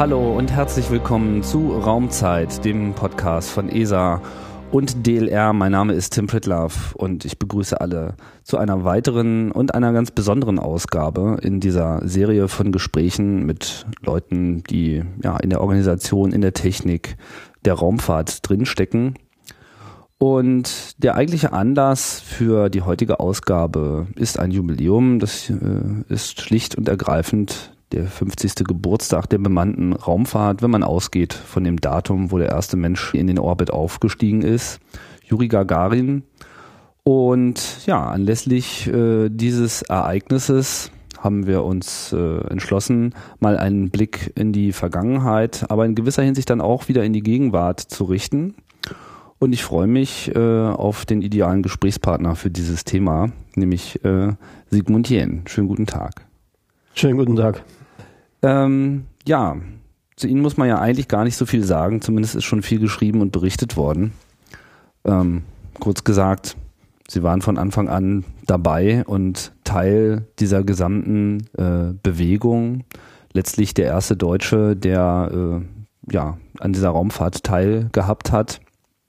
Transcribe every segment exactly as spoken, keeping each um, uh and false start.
Hallo und herzlich willkommen zu Raumzeit, dem Podcast von E S A und D L R. Mein Name ist Tim Pritlove und ich begrüße alle zu einer weiteren und einer ganz besonderen Ausgabe in dieser Serie von Gesprächen mit Leuten, die ja in der Organisation, in der Technik der Raumfahrt drinstecken. Und der eigentliche Anlass für die heutige Ausgabe ist ein Jubiläum. Das äh, ist schlicht und ergreifend der fünfzigste Geburtstag der bemannten Raumfahrt, wenn man ausgeht von dem Datum, wo der erste Mensch in den Orbit aufgestiegen ist, Juri Gagarin. Und ja, anlässlich äh, dieses Ereignisses haben wir uns äh, entschlossen, mal einen Blick in die Vergangenheit, aber in gewisser Hinsicht dann auch wieder in die Gegenwart zu richten. Und ich freue mich äh, auf den idealen Gesprächspartner für dieses Thema, nämlich äh, Sigmund Jähn. Schönen guten Tag. Schönen guten Tag. Ähm, ja, zu Ihnen muss man ja eigentlich gar nicht so viel sagen, zumindest ist schon viel geschrieben und berichtet worden. Ähm, kurz gesagt, Sie waren von Anfang an dabei und Teil dieser gesamten äh, Bewegung. Letztlich der erste Deutsche, der äh, ja an dieser Raumfahrt teilgehabt hat.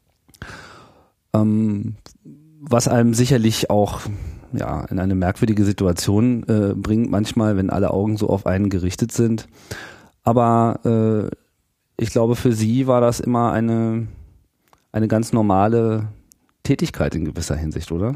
Ähm, was einem sicherlich auch ja in eine merkwürdige Situation äh, bringt manchmal, wenn alle Augen so auf einen gerichtet sind. Aber äh, ich glaube, für Sie war das immer eine eine ganz normale Tätigkeit in gewisser Hinsicht, oder?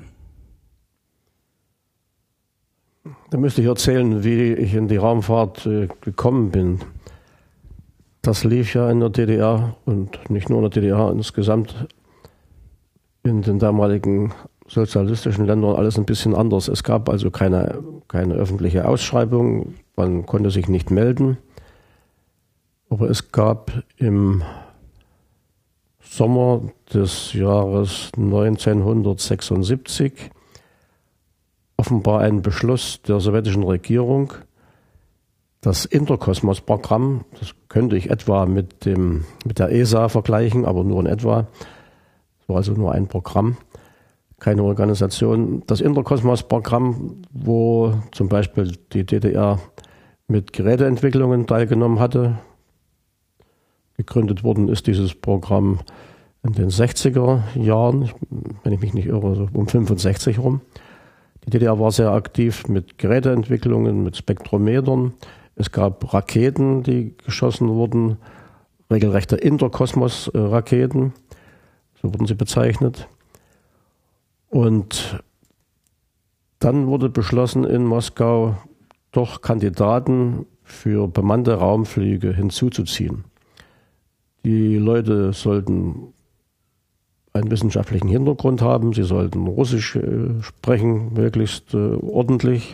Da müsste ich erzählen, wie ich in die Raumfahrt äh, gekommen bin. Das lief ja in der D D R und nicht nur in der D D R, insgesamt in den damaligen sozialistischen Ländern alles ein bisschen anders. Es gab also keine, keine öffentliche Ausschreibung, man konnte sich nicht melden. Aber es gab im Sommer des Jahres neunzehnhundertsechsundsiebzig offenbar einen Beschluss der sowjetischen Regierung, das Interkosmos-Programm, das könnte ich etwa mit, dem, mit der E S A vergleichen, aber nur in etwa, es war also nur ein Programm, keine Organisation. Das Interkosmos-Programm, wo zum Beispiel die D D R mit Geräteentwicklungen teilgenommen hatte. Gegründet worden ist dieses Programm in den sechziger Jahren, wenn ich mich nicht irre, so um fünfundsechzig rum. Die D D R war sehr aktiv mit Geräteentwicklungen, mit Spektrometern. Es gab Raketen, die geschossen wurden, regelrechte Interkosmos-Raketen, so wurden sie bezeichnet. Und dann wurde beschlossen in Moskau, doch Kandidaten für bemannte Raumflüge hinzuzuziehen. Die Leute sollten einen wissenschaftlichen Hintergrund haben, sie sollten Russisch äh, sprechen, möglichst äh, ordentlich.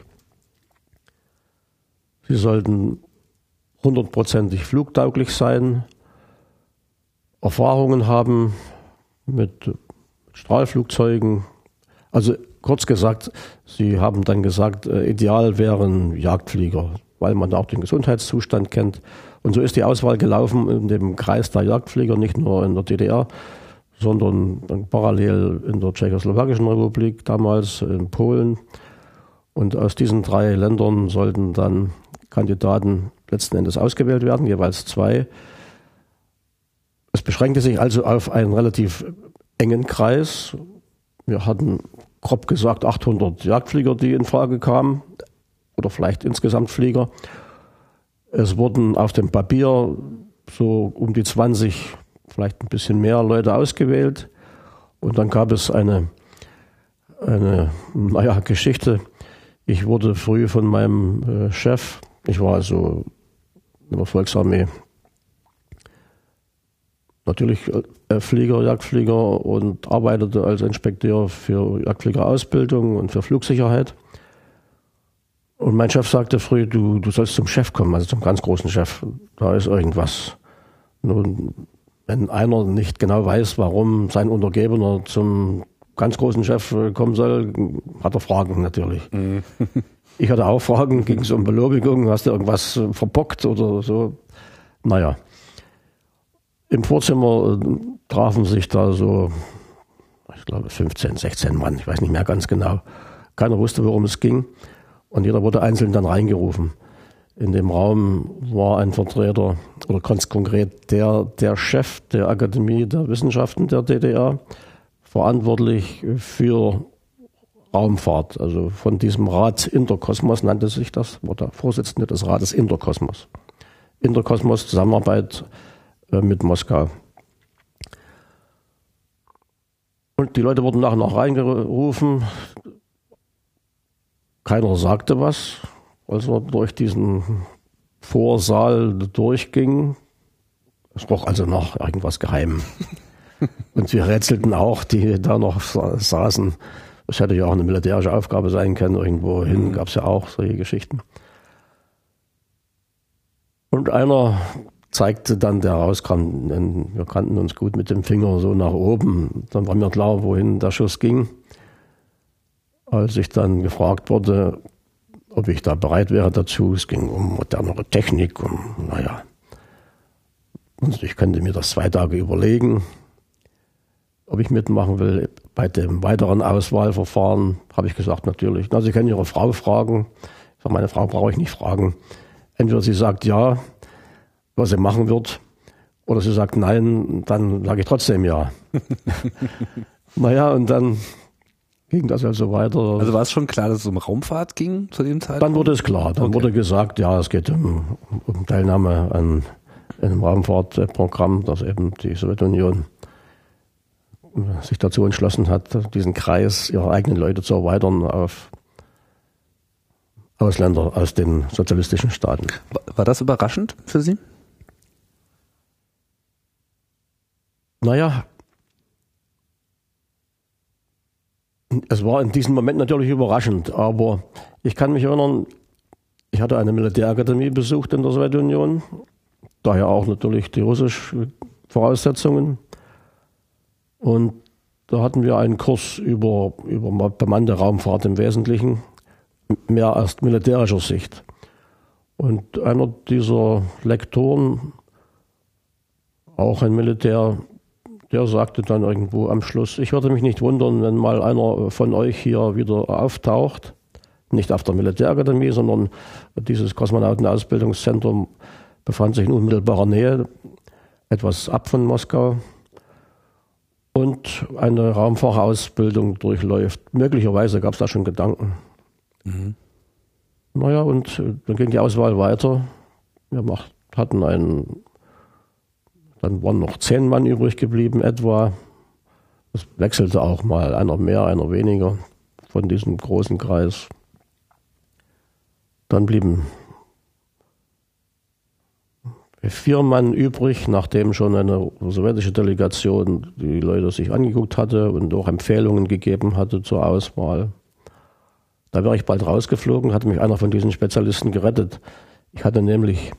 Sie sollten hundertprozentig flugtauglich sein, Erfahrungen haben mit Strahlflugzeugen. Also kurz gesagt, sie haben dann gesagt, äh, ideal wären Jagdflieger, weil man auch den Gesundheitszustand kennt. Und so ist die Auswahl gelaufen in dem Kreis der Jagdflieger, nicht nur in der D D R, sondern parallel in der Tschechoslowakischen Republik, damals in Polen. Und aus diesen drei Ländern sollten dann Kandidaten letzten Endes ausgewählt werden, jeweils zwei. Es beschränkte sich also auf einen relativ engen Kreis. Wir hatten grob gesagt achthundert Jagdflieger, die in Frage kamen, oder vielleicht insgesamt Flieger. Es wurden auf dem Papier so um die zwanzig, vielleicht ein bisschen mehr Leute ausgewählt. Und dann gab es eine, eine naja, Geschichte. Ich wurde früh von meinem äh, Chef, ich war also in der Volksarmee, natürlich äh, Flieger, Jagdflieger und arbeitete als Inspekteur für Jagdfliegerausbildung und für Flugsicherheit. Und mein Chef sagte früh, du, du sollst zum Chef kommen, also zum ganz großen Chef, da ist irgendwas. Nun, wenn einer nicht genau weiß, warum sein Untergebener zum ganz großen Chef kommen soll, hat er Fragen natürlich. Mhm. Ich hatte auch Fragen, ging es um Belobigung, hast du irgendwas verbockt oder so. Naja. Im Vorzimmer äh, trafen sich da so, ich glaube fünfzehn, sechzehn Mann, ich weiß nicht mehr ganz genau. Keiner wusste, worum es ging. Und jeder wurde einzeln dann reingerufen. In dem Raum war ein Vertreter, oder ganz konkret der, der Chef der Akademie der Wissenschaften der D D R, verantwortlich für Raumfahrt. Also von diesem Rat Interkosmos nannte sich das, war der Vorsitzende des Rates Interkosmos. Interkosmos, Zusammenarbeit äh, mit Moskau. Und die Leute wurden nachher noch reingerufen. Keiner sagte was. Als wir durch diesen Vorsaal durchgingen, es roch also nach irgendwas Geheimem. Und wir rätselten auch, die da noch saßen. Das hätte ja auch eine militärische Aufgabe sein können. Irgendwo hin gab es ja auch solche Geschichten. Und einer zeigte dann, der rauskam, wir kannten uns gut mit dem Finger so nach oben. Dann war mir klar, wohin der Schuss ging. Als ich dann gefragt wurde, ob ich da bereit wäre dazu. Es ging um modernere Technik und naja. Und ich könnte mir das zwei Tage überlegen, ob ich mitmachen will. Bei dem weiteren Auswahlverfahren habe ich gesagt, natürlich. Na, Sie können Ihre Frau fragen. Ich sage, meine Frau brauche ich nicht fragen. Entweder sie sagt ja, was sie machen wird, oder sie sagt nein, dann sage ich trotzdem ja. Naja, und dann ging das also weiter. Also war es schon klar, dass es um Raumfahrt ging zu dem Zeitpunkt? Dann wurde es klar. Dann okay. wurde gesagt, ja, es geht um, um Teilnahme an einem Raumfahrtprogramm, das eben die Sowjetunion sich dazu entschlossen hat, diesen Kreis ihrer eigenen Leute zu erweitern auf Ausländer aus den sozialistischen Staaten. War das überraschend für Sie? Naja, es war in diesem Moment natürlich überraschend, aber ich kann mich erinnern, ich hatte eine Militärakademie besucht in der Sowjetunion, daher auch natürlich die russischen Voraussetzungen. Und da hatten wir einen Kurs über, über bemannte Raumfahrt im Wesentlichen, mehr aus militärischer Sicht. Und einer dieser Lektoren, auch ein Militär, der sagte dann irgendwo am Schluss, ich würde mich nicht wundern, wenn mal einer von euch hier wieder auftaucht, nicht auf der Militärakademie, sondern dieses Kosmonautenausbildungszentrum befand sich in unmittelbarer Nähe, etwas ab von Moskau, und eine Raumfahrerausbildung durchläuft. Möglicherweise gab es da schon Gedanken. Mhm. Naja, und dann ging die Auswahl weiter. Wir macht, hatten einen, dann waren noch zehn Mann übrig geblieben etwa. Es wechselte auch mal, einer mehr, einer weniger von diesem großen Kreis. Dann blieben vier Mann übrig, nachdem schon eine sowjetische Delegation die Leute sich angeguckt hatte und auch Empfehlungen gegeben hatte zur Auswahl. Da wäre ich bald rausgeflogen, hatte mich einer von diesen Spezialisten gerettet. Ich hatte nämlich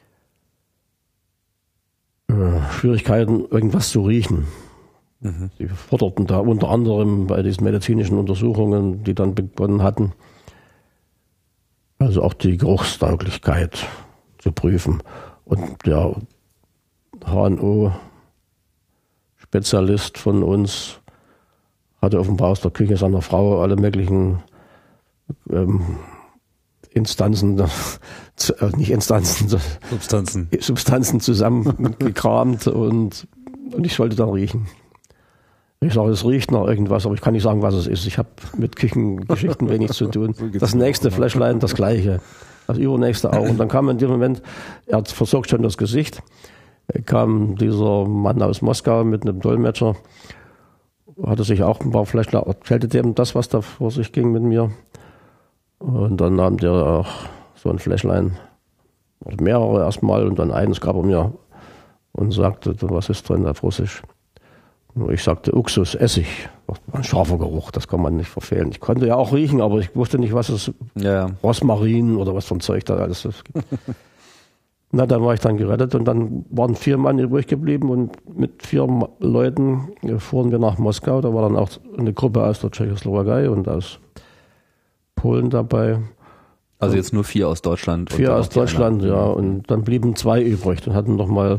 äh, Schwierigkeiten, irgendwas zu riechen. Mhm. Sie forderten da unter anderem bei diesen medizinischen Untersuchungen, die dann begonnen hatten, also auch die Geruchstauglichkeit zu prüfen. Und der H N O-Spezialist von uns hatte offenbar aus der Küche seiner Frau alle möglichen ähm, Instanzen, äh, nicht Instanzen, Substanzen, Substanzen zusammengekramt und, und ich sollte dann riechen. Ich sage, es riecht nach irgendwas, aber ich kann nicht sagen, was es ist. Ich habe mit Küchengeschichten wenig zu tun. Das nächste Fläschlein, das gleiche. Das übernächste auch. Und dann kam in dem Moment, er hat versorgt schon das Gesicht, kam dieser Mann aus Moskau mit einem Dolmetscher, hatte sich auch ein paar Fläschlein, erzählte dem das, was da vor sich ging mit mir. Und dann nahm der auch so ein Fläschlein, mehrere erstmal, und dann eines gab er mir und sagte, was ist drin auf Russisch? Ich sagte Uxus, Essig. Ein scharfer Geruch, das kann man nicht verfehlen. Ich konnte ja auch riechen, aber ich wusste nicht, was es ja. Rosmarin oder was für ein Zeug da alles ist. Na, dann war ich dann gerettet und dann waren vier Mann übrig geblieben und mit vier Leuten fuhren wir nach Moskau. Da war dann auch eine Gruppe aus der Tschechoslowakei und aus Polen dabei. Also jetzt nur vier aus Deutschland? Vier aus Deutschland, ja. Und dann blieben zwei übrig. Dann hatten nochmal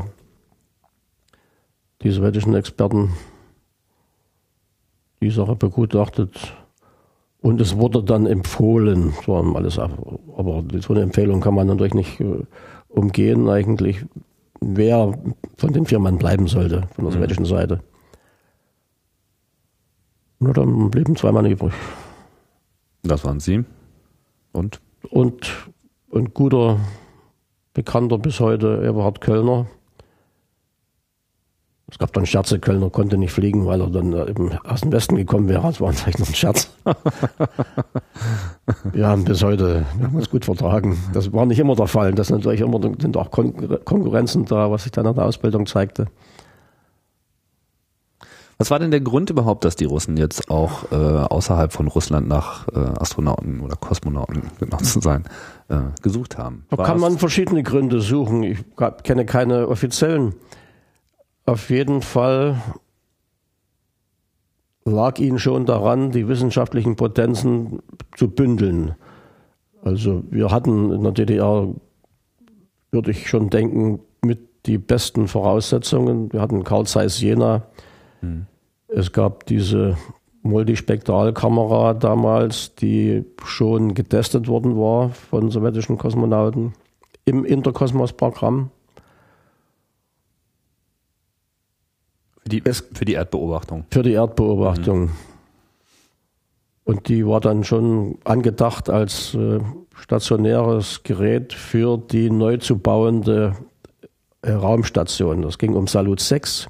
die sowjetischen Experten die Sache begutachtet Und es wurde dann empfohlen, das war alles, aber so eine Empfehlung kann man natürlich nicht äh, umgehen eigentlich, wer von den vier Mann bleiben sollte, von der Mhm. sowjetischen Seite. Und dann blieben zwei Mann übrig. Das waren Sie. Und? Und ein guter Bekannter bis heute, Eberhard Köllner. Es gab dann Scherze, Köllner konnte nicht fliegen, weil er dann eben aus dem Westen gekommen wäre. Das war vielleicht noch ein Scherz. Wir haben bis heute, wir haben uns gut vertragen. Das war nicht immer der Fall. Das natürlich immer, sind auch Kon- Konkurrenzen da, was sich dann in der Ausbildung zeigte. Was war denn der Grund überhaupt, dass die Russen jetzt auch äh, außerhalb von Russland nach äh, Astronauten oder Kosmonauten, genau zu sein, äh, gesucht haben? Da War kann es- man verschiedene Gründe suchen. Ich gab- kenne keine offiziellen. Auf jeden Fall lag ihnen schon daran, die wissenschaftlichen Potenzen zu bündeln. Also wir hatten in der D D R, würde ich schon denken, mit die besten Voraussetzungen. Wir hatten Carl Zeiss Jena. Hm. Es gab diese Multispektralkamera damals, die schon getestet worden war von sowjetischen Kosmonauten im Interkosmos-Programm. Für die, Es- für die Erdbeobachtung. Für die Erdbeobachtung. Und die war dann schon angedacht als äh, stationäres Gerät für die neu zu bauende äh, Raumstation. Das ging um Salyut sechs.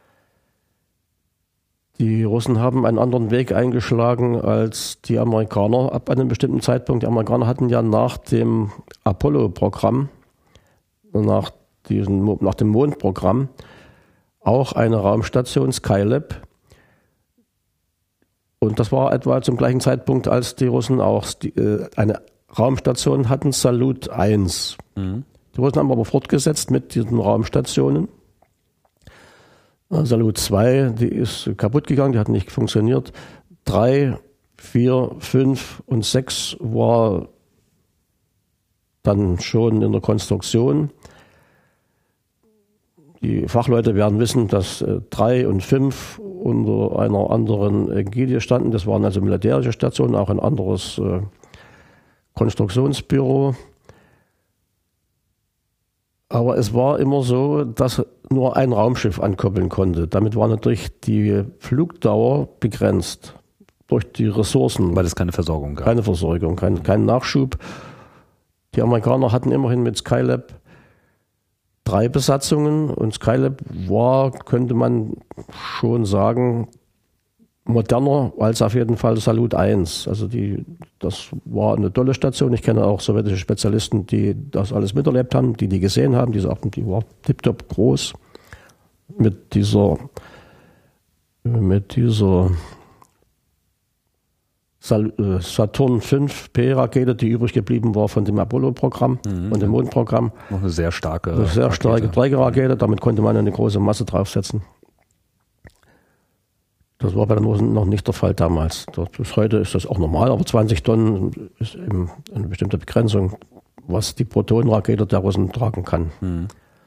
Die Russen haben einen anderen Weg eingeschlagen als die Amerikaner ab einem bestimmten Zeitpunkt. Die Amerikaner hatten ja nach dem Apollo-Programm, nach, diesem, nach dem Mondprogramm, auch eine Raumstation, Skylab. Und das war etwa zum gleichen Zeitpunkt, als die Russen auch die, äh, eine Raumstation hatten, Salyut eins. Mhm. Die Russen haben aber fortgesetzt mit diesen Raumstationen. Äh, Salyut zwei, die ist kaputt gegangen, die hat nicht funktioniert. drei, vier, fünf und sechs war dann schon in der Konstruktion. Die Fachleute werden wissen, dass äh, drei und fünf unter einer anderen Ägide standen. Das waren also militärische Stationen, auch ein anderes äh, Konstruktionsbüro. Aber es war immer so, dass nur ein Raumschiff ankoppeln konnte. Damit war natürlich die Flugdauer begrenzt durch die Ressourcen. Weil es keine Versorgung gab. Keine Versorgung, kein, kein Nachschub. Die Amerikaner hatten immerhin mit Skylab drei Besatzungen und Skylab war, könnte man schon sagen, moderner als auf jeden Fall Salyut eins. Also die, das war eine tolle Station. Ich kenne auch sowjetische Spezialisten, die das alles miterlebt haben, die die gesehen haben. Die sagten, die war tiptop groß mit dieser mit dieser Saturn fünf P-Rakete, die übrig geblieben war von dem Apollo-Programm Mhm. und dem Mondprogramm. Noch eine sehr starke Eine sehr starke Rakete. Trägerrakete, damit konnte man eine große Masse draufsetzen. Das war bei den Russen noch nicht der Fall damals. Bis heute ist das auch normal, aber zwanzig Tonnen ist eben eine bestimmte Begrenzung, was die Protonenrakete der Russen tragen kann. Mhm.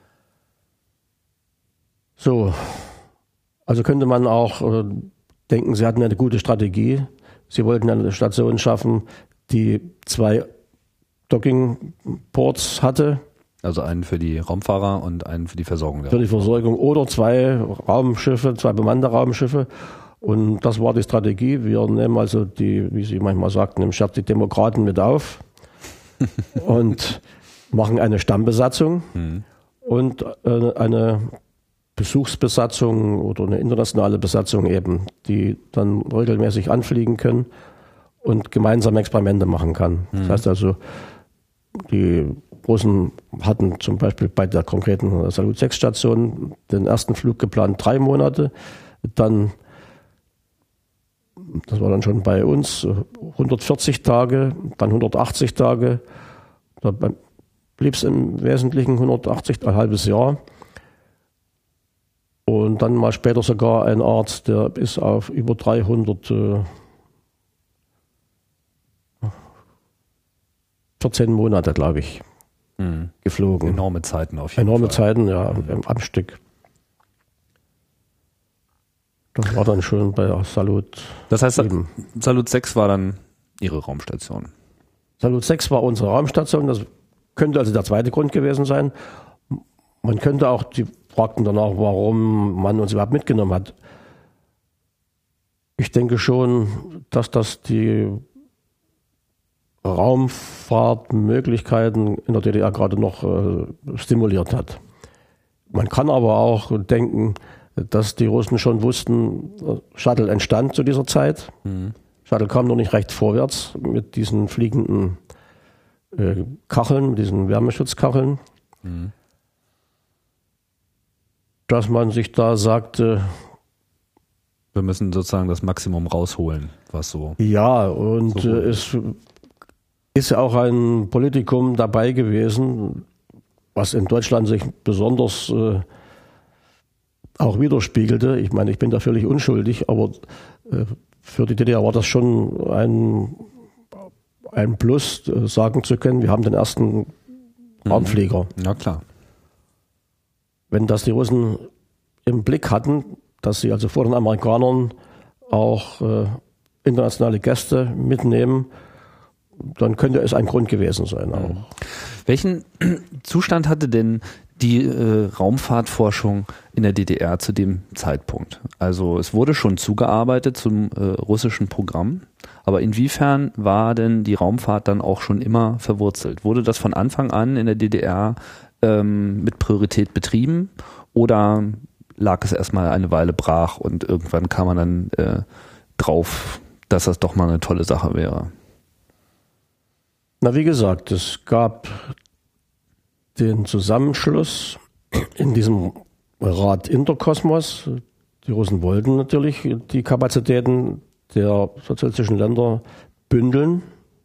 So, also könnte man auch äh, denken, sie hatten eine gute Strategie. Sie wollten eine Station schaffen, die zwei Docking-Ports hatte Also einen für die Raumfahrer und einen für die Versorgung der für die Versorgung oder zwei Raumschiffe, zwei bemannte Raumschiffe. Und das war die Strategie. Wir nehmen also die, wie Sie manchmal sagten, im Scherz die Demokraten mit auf und machen eine Stammbesatzung Mhm. und äh, eine Besuchsbesatzung oder eine internationale Besatzung eben, die dann regelmäßig anfliegen können und gemeinsam Experimente machen kann. Mhm. Das heißt also, die Russen hatten zum Beispiel bei der konkreten Salyut sechs Station den ersten Flug geplant drei Monate, dann, das war dann schon bei uns, hundertvierzig Tage, dann hundertachtzig Tage, da blieb es im Wesentlichen hundertachtzig, ein halbes Jahr. Und dann mal später sogar ein Arzt, der bis auf über dreihundert, äh, vierzehn Monate, glaube ich, Mhm. geflogen. Enorme Zeiten auf jeden Enorme Fall. Zeiten, ja, am, am Stück. Das war dann schon bei Salyut Das heißt, sieben. Salyut sechs war dann Ihre Raumstation? Salut sechs war unsere Raumstation, das könnte also der zweite Grund gewesen sein. Man könnte auch, die fragten danach, warum man uns überhaupt mitgenommen hat. Ich denke schon, dass das die Raumfahrtmöglichkeiten in der D D R gerade noch äh, stimuliert hat. Man kann aber auch denken, dass die Russen schon wussten, Shuttle entstand zu dieser Zeit. Mhm. Shuttle kam noch nicht recht vorwärts mit diesen fliegenden äh, Kacheln, mit diesen Wärmeschutzkacheln. Mhm. Dass man sich da sagte, wir müssen sozusagen das Maximum rausholen, was so. Ja, und so äh, es ist ja auch ein Politikum dabei gewesen, was in Deutschland sich besonders äh, auch widerspiegelte. Ich meine, ich bin da völlig unschuldig, aber äh, für die D D R war das schon ein, ein Plus, äh, sagen zu können, wir haben den ersten mhm. Raumflieger. Ja, klar. Wenn das die Russen im Blick hatten, dass sie also vor den Amerikanern auch äh, internationale Gäste mitnehmen, dann könnte es ein Grund gewesen sein auch. Mhm. Welchen Zustand hatte denn die äh, Raumfahrtforschung in der D D R zu dem Zeitpunkt? Also es wurde schon zugearbeitet zum äh, russischen Programm, aber inwiefern war denn die Raumfahrt dann auch schon immer verwurzelt? Wurde das von Anfang an in der D D R ähm, mit Priorität betrieben oder lag es erstmal eine Weile brach und irgendwann kam man dann äh, drauf, dass das doch mal eine tolle Sache wäre? Na, wie gesagt, es gab den Zusammenschluss in diesem Rat Interkosmos. Die Russen wollten natürlich die Kapazitäten der sozialistischen Länder bündeln.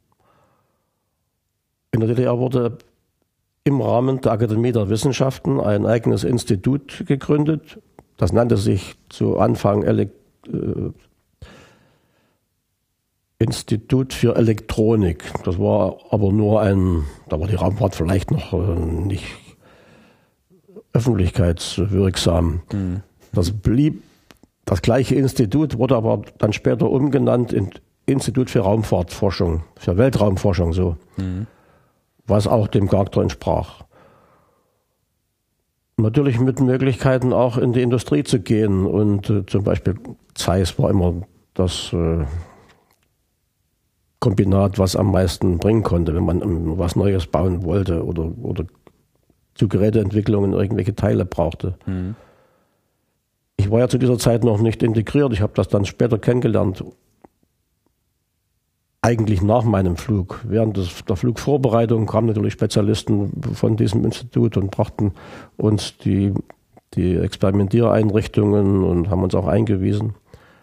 In der D D R wurde im Rahmen der Akademie der Wissenschaften ein eigenes Institut gegründet. Das nannte sich zu Anfang Elek- äh, Institut für Elektronik. Das war aber nur ein, da war die Raumfahrt vielleicht noch äh, nicht öffentlichkeitswirksam. Mhm. Das blieb das gleiche Institut, wurde aber dann später umgenannt in Institut für Raumfahrtforschung, für Weltraumforschung so. Mhm. Was auch dem Charakter entsprach. Natürlich mit Möglichkeiten auch in die Industrie zu gehen und äh, zum Beispiel Zeiss war immer das äh, Kombinat, was am meisten bringen konnte, wenn man um, was Neues bauen wollte oder, oder zu Geräteentwicklungen irgendwelche Teile brauchte. Mhm. Ich war ja zu dieser Zeit noch nicht integriert, ich habe das dann später kennengelernt. Eigentlich nach meinem Flug. Während des, der Flugvorbereitung kamen natürlich Spezialisten von diesem Institut und brachten uns die, die Experimentiereinrichtungen und haben uns auch eingewiesen.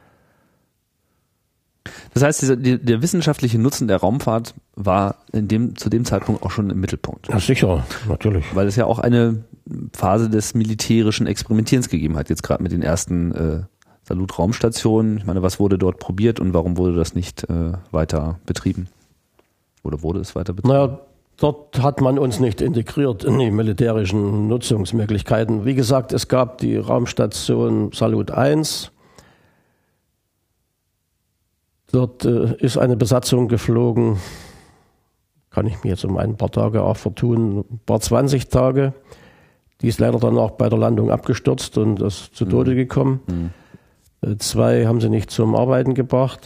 Das heißt, dieser, die, der wissenschaftliche Nutzen der Raumfahrt war in dem, zu dem Zeitpunkt auch schon im Mittelpunkt. Ja, sicher, natürlich. Weil es ja auch eine Phase des militärischen Experimentierens gegeben hat, jetzt gerade mit den ersten äh, Salut-Raumstationen. Ich meine, was wurde dort probiert und warum wurde das nicht äh, weiter betrieben? Oder wurde es weiter betrieben? Naja, dort hat man uns nicht integriert in die militärischen Nutzungsmöglichkeiten. Wie gesagt, es gab die Raumstation Salut eins. Dort äh, ist eine Besatzung geflogen, kann ich mir jetzt um ein paar Tage auch vertun, ein paar zwanzig Tage. Die ist leider dann auch bei der Landung abgestürzt und ist zu Tode mhm. gekommen. Mhm. Zwei haben sie nicht zum Arbeiten gebracht.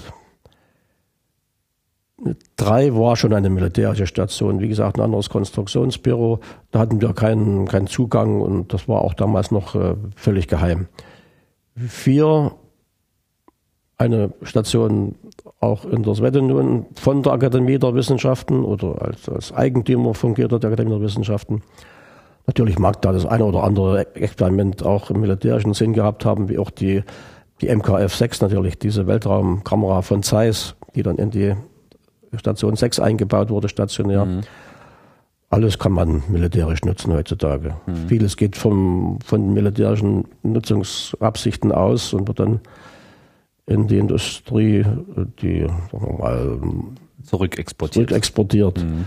Drei war schon eine militärische Station, wie gesagt, ein anderes Konstruktionsbüro. Da hatten wir keinen, keinen Zugang und das war auch damals noch äh, völlig geheim. Vier, eine Station auch in der Sowjetunion von der Akademie der Wissenschaften oder als, als Eigentümer fungierte der Akademie der Wissenschaften. Natürlich mag da das eine oder andere Experiment auch im militärischen Sinn gehabt haben, wie auch die Die M K F sechs natürlich, diese Weltraumkamera von Zeiss, die dann in die Station sechs eingebaut wurde, stationär. Mhm. Alles kann man militärisch nutzen heutzutage. Mhm. Vieles geht vom, von militärischen Nutzungsabsichten aus und wird dann in die Industrie, die sagen wir mal, zurückexportiert. zurückexportiert. Mhm.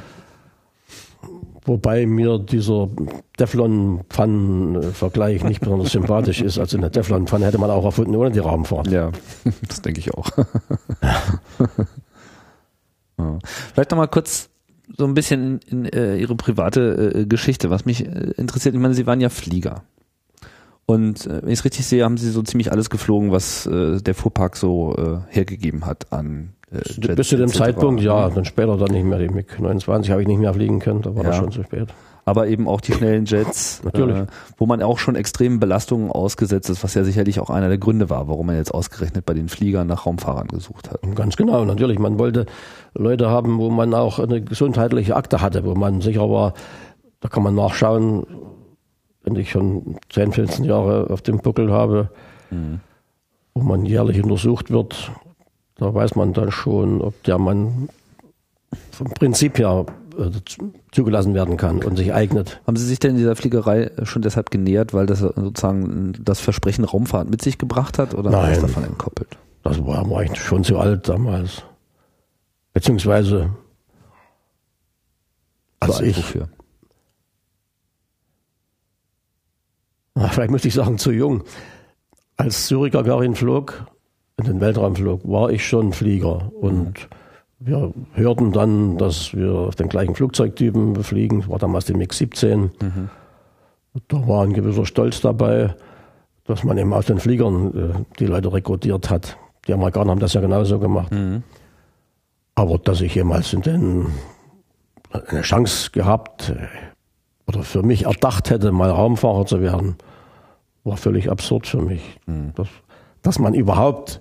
Wobei mir dieser Teflon-Pfannen-Vergleich nicht besonders sympathisch ist. Also eine Teflon-Pfanne hätte man auch erfunden ohne die Raumfahrt. Ja, das denke ich auch. Ja. Vielleicht nochmal kurz so ein bisschen in, in äh, Ihre private äh, Geschichte, was mich äh, interessiert. Ich meine, Sie waren ja Flieger. Und äh, wenn ich es richtig sehe, haben Sie so ziemlich alles geflogen, was äh, der Fuhrpark so äh, hergegeben hat an äh, Jets, bis zu dem et cetera. Zeitpunkt, ja, dann später dann nicht mehr. Die MiG neunundzwanzig habe ich nicht mehr fliegen können, da war Ja. das schon zu spät. Aber eben auch die schnellen Jets, Natürlich. Äh, wo man auch schon extremen Belastungen ausgesetzt ist, was ja sicherlich auch einer der Gründe war, warum man jetzt ausgerechnet bei den Fliegern nach Raumfahrern gesucht hat. Ganz genau, natürlich. Man wollte Leute haben, wo man auch eine gesundheitliche Akte hatte, wo man sicher war, da kann man nachschauen, wenn ich schon zehn, fünfzehn Jahre auf dem Buckel habe, mhm. wo man jährlich untersucht wird, da weiß man dann schon, ob der Mann vom Prinzip her äh, zugelassen werden kann und sich eignet. Haben Sie sich denn in dieser Fliegerei schon deshalb genähert, weil das sozusagen das Versprechen Raumfahrt mit sich gebracht hat, oder Nein, war das davon entkoppelt? Das war, war ich schon zu alt damals. Beziehungsweise als ich, wofür? Na, vielleicht müsste ich sagen, zu jung. Als Yuri Gagarin flog, in den Weltraum flog, war ich schon Flieger. Und mhm. wir hörten dann, dass wir auf den gleichen Flugzeugtypen fliegen. Das war damals die MiG siebzehn. Mhm. Da war ein gewisser Stolz dabei, dass man eben aus den Fliegern äh, die Leute rekrutiert hat. Die Amerikaner haben das ja genauso gemacht. Mhm. Aber dass ich jemals in den eine Chance gehabt äh, oder für mich erdacht hätte, mal Raumfahrer zu werden, war völlig absurd für mich. Mhm. Dass, dass man überhaupt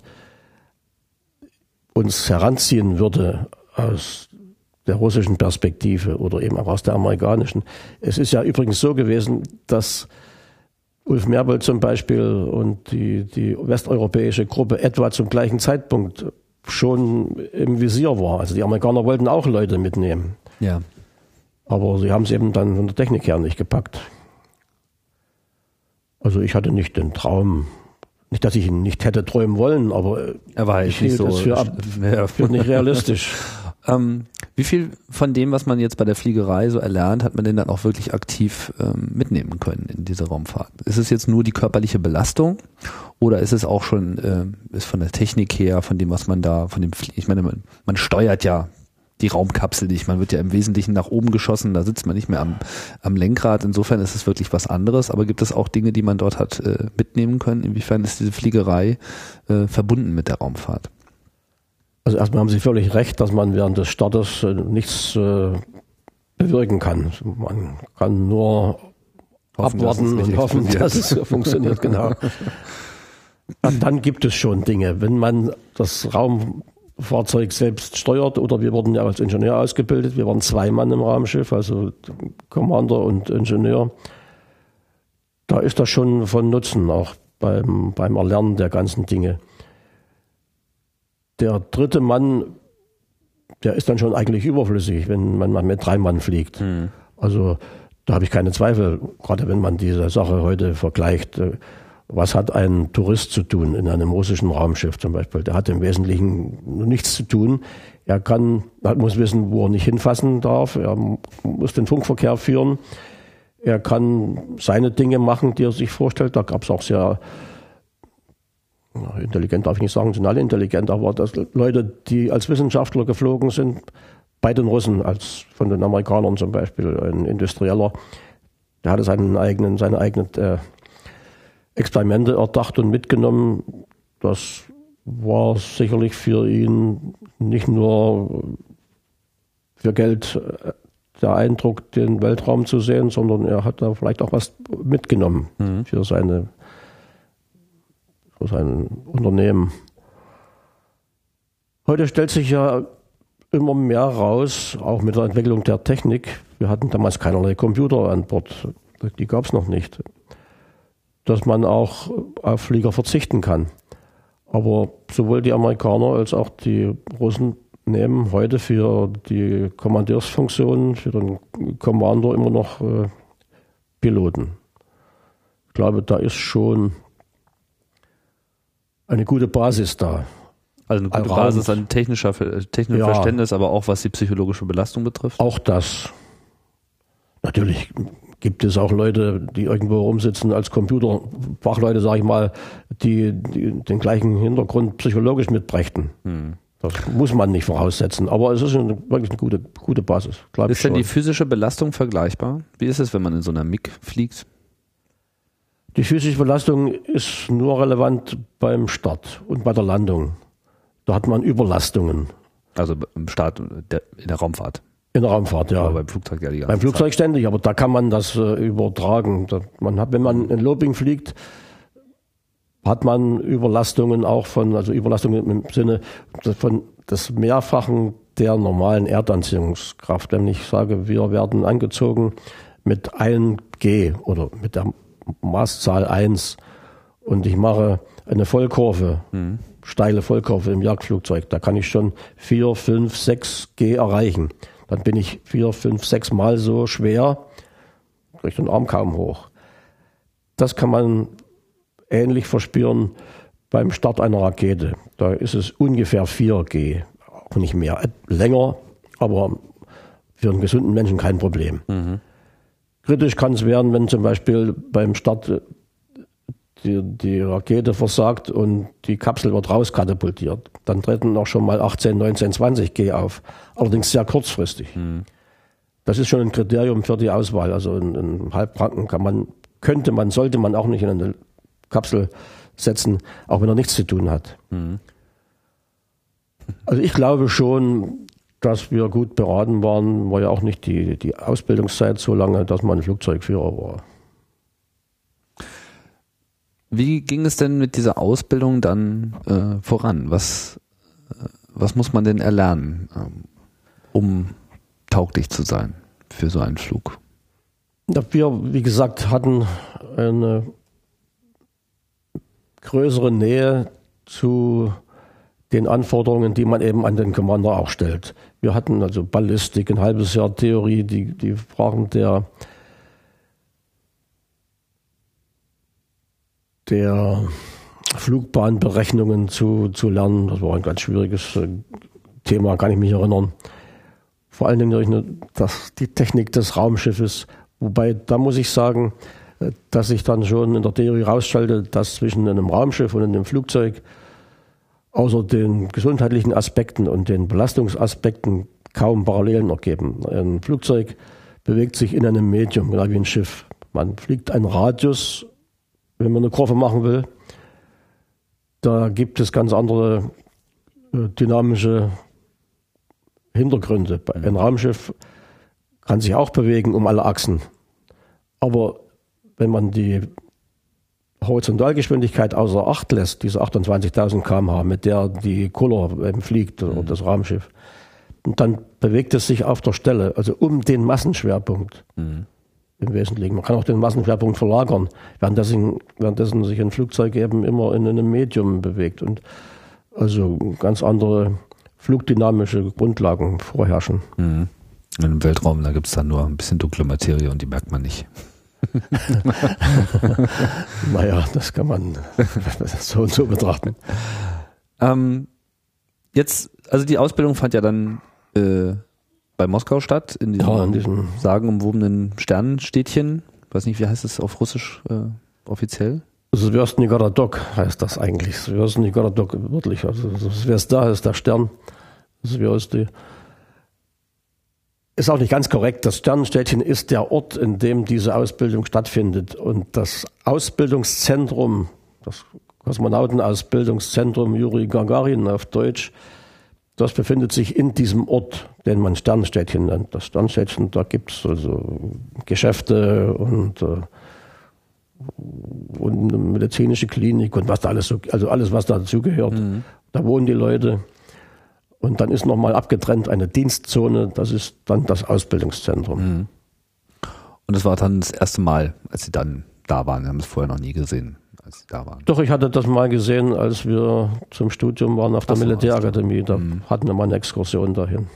uns heranziehen würde aus der russischen Perspektive oder eben auch aus der amerikanischen. Es ist ja übrigens so gewesen, dass Ulf Merbold zum Beispiel und die, die westeuropäische Gruppe etwa zum gleichen Zeitpunkt schon im Visier war. Also die Amerikaner wollten auch Leute mitnehmen. Ja. Aber sie haben es eben dann von der Technik her nicht gepackt. Also ich hatte nicht den Traum, nicht, dass ich ihn nicht hätte träumen wollen, aber er war ich nicht hielt so es für, ab, ja. für nicht realistisch. ähm, wie viel von dem, was man jetzt bei der Fliegerei so erlernt, hat man denn dann auch wirklich aktiv ähm, mitnehmen können in diese Raumfahrt? Ist es jetzt nur die körperliche Belastung oder ist es auch schon äh, ist von der Technik her, von dem, was man da, von dem, ich meine, man, man steuert ja die Raumkapsel nicht. Man wird ja im Wesentlichen nach oben geschossen, da sitzt man nicht mehr am, am Lenkrad. Insofern ist es wirklich was anderes. Aber gibt es auch Dinge, die man dort hat äh, mitnehmen können? Inwiefern ist diese Fliegerei äh, verbunden mit der Raumfahrt? Also erstmal haben Sie völlig recht, dass man während des Startes äh, nichts äh, bewirken kann. Man kann nur hoffen, abwarten und hoffen, dass es funktioniert. Genau. Und dann gibt es schon Dinge. Wenn man das Raum Fahrzeug selbst steuert, oder wir wurden ja als Ingenieur ausgebildet, wir waren zwei Mann im Raumschiff, also Commander und Ingenieur. Da ist das schon von Nutzen, auch beim, beim Erlernen der ganzen Dinge. Der dritte Mann, der ist dann schon eigentlich überflüssig, wenn man mal mit drei Mann fliegt. Mhm. Also da habe ich keine Zweifel, gerade wenn man diese Sache heute vergleicht. Was hat ein Tourist zu tun in einem russischen Raumschiff zum Beispiel? Der hat im Wesentlichen nichts zu tun. Er kann, er muss wissen, wo er nicht hinfassen darf. Er muss den Funkverkehr führen. Er kann seine Dinge machen, die er sich vorstellt. Da gab es auch sehr intelligent, darf ich nicht sagen, sind alle intelligent, aber das Leute, die als Wissenschaftler geflogen sind, bei den Russen, als von den Amerikanern zum Beispiel, ein Industrieller, der hatte seinen eigenen, seine eigenen äh, Experimente erdacht und mitgenommen. Das war sicherlich für ihn nicht nur für Geld der Eindruck, den Weltraum zu sehen, sondern er hat da vielleicht auch was mitgenommen mhm. für seine, für sein Unternehmen. Heute stellt sich ja immer mehr raus, auch mit der Entwicklung der Technik. Wir hatten damals keinerlei Computer an Bord, die gab es noch nicht, dass man auch auf Flieger verzichten kann. Aber sowohl die Amerikaner als auch die Russen nehmen heute für die Kommandeursfunktion, für den Commander immer noch äh, Piloten. Ich glaube, da ist schon eine gute Basis da. Also eine gute Raum. Basis an technischer, technischem ja, Verständnis, aber auch was die psychologische Belastung betrifft? Auch das. Natürlich gibt es auch Leute, die irgendwo rumsitzen als Computerfachleute, sage ich mal, die, die den gleichen Hintergrund psychologisch mitbrächten. Hm. Das muss man nicht voraussetzen, aber es ist eine, wirklich eine gute, gute Basis. Ist denn die physische Belastung vergleichbar? Wie ist es, wenn man in so einer M I G fliegt? Die physische Belastung ist nur relevant beim Start und bei der Landung. Da hat man Überlastungen. Also im Start der, in der Raumfahrt? In der Raumfahrt, ja. Aber beim Flugzeug ja die ganze Beim Flugzeug Zeit. ständig, aber da kann man das äh, übertragen. Da, man hat, wenn man in Lobing fliegt, hat man Überlastungen auch von, also Überlastungen im Sinne von des Mehrfachen der normalen Erdanziehungskraft. Wenn ich sage, wir werden angezogen mit ein G oder mit der Maßzahl eins und ich mache eine Vollkurve, mhm. steile Vollkurve im Jagdflugzeug, da kann ich schon vier, fünf, sechs G erreichen. Dann bin ich vier, fünf, sechs Mal so schwer, kriege ich den Arm kaum hoch. Das kann man ähnlich verspüren beim Start einer Rakete. Da ist es ungefähr vier G, auch nicht mehr. Länger, aber für einen gesunden Menschen kein Problem. Mhm. Kritisch kann es werden, wenn zum Beispiel beim Start die, die Rakete versagt und die Kapsel wird rauskatapultiert. Dann treten auch schon mal achtzehn, neunzehn, zwanzig G auf. Allerdings sehr kurzfristig. Mhm. Das ist schon ein Kriterium für die Auswahl. Also einen Halbkranken kann man, könnte man, sollte man auch nicht in eine Kapsel setzen, auch wenn er nichts zu tun hat. Mhm. Also ich glaube schon, dass wir gut beraten waren. War ja auch nicht die, die Ausbildungszeit so lange, dass man Flugzeugführer war. Wie ging es denn mit dieser Ausbildung dann äh, voran? Was, äh, was muss man denn erlernen, ähm, um tauglich zu sein für so einen Flug? Wir, wie gesagt, hatten eine größere Nähe zu den Anforderungen, die man eben an den Commander auch stellt. Wir hatten also Ballistik, ein halbes Jahr Theorie, die, die Fragen der, der Flugbahnberechnungen zu, zu lernen. Das war ein ganz schwieriges Thema, kann ich mich erinnern. Vor allen Dingen durch eine, das, die Technik des Raumschiffes. Wobei, da muss ich sagen, dass sich dann schon in der Theorie herausstellte, dass zwischen einem Raumschiff und einem Flugzeug außer den gesundheitlichen Aspekten und den Belastungsaspekten kaum Parallelen ergeben. Ein Flugzeug bewegt sich in einem Medium, genau wie ein Schiff. Man fliegt einen Radius, wenn man eine Kurve machen will. Da gibt es ganz andere äh, dynamische Hintergründe. Ein Raumschiff kann sich auch bewegen um alle Achsen. Aber wenn man die Horizontalgeschwindigkeit außer Acht lässt, diese achtundzwanzigtausend Kilometer pro Stunde, mit der die Kuller eben fliegt oder mhm. das Raumschiff, und dann bewegt es sich auf der Stelle, also um den Massenschwerpunkt mhm. im Wesentlichen. Man kann auch den Massenschwerpunkt verlagern, währenddessen, währenddessen sich ein Flugzeug eben immer in einem Medium bewegt und also ganz andere flugdynamische Grundlagen vorherrschen. Mhm. Im Weltraum, da gibt es dann nur ein bisschen dunkle Materie und die merkt man nicht. Naja, das kann man so und so betrachten. Ähm, jetzt, also die Ausbildung fand ja dann äh, bei Moskau statt, in diesem, ja, in diesem sagenumwobenen Sternenstädtchen. Ich weiß nicht, wie heißt es auf Russisch äh, offiziell? Zvezdny Gorodok heißt das eigentlich. Zvezdny Gorodok wörtlich. Also Zvezda ist der Stern. Zvezdy. Ist auch nicht ganz korrekt. Das Sternenstädtchen ist der Ort, in dem diese Ausbildung stattfindet. Und das Ausbildungszentrum, das Kosmonautenausbildungszentrum Juri Gagarin auf Deutsch, das befindet sich in diesem Ort, den man Sternenstädtchen nennt. Das Sternenstädtchen, da gibt es also Geschäfte und, äh, und eine medizinische Klinik und was da alles so, also alles, was da dazugehört. Mhm. Da wohnen die Leute. Und dann ist nochmal abgetrennt eine Dienstzone, das ist dann das Ausbildungszentrum. Mhm. Und das war dann das erste Mal, als Sie dann da waren. Sie haben es vorher noch nie gesehen, als Sie da waren. Doch, ich hatte das mal gesehen, als wir zum Studium waren auf der so, Militärakademie. Da mhm. hatten wir mal eine Exkursion dahin.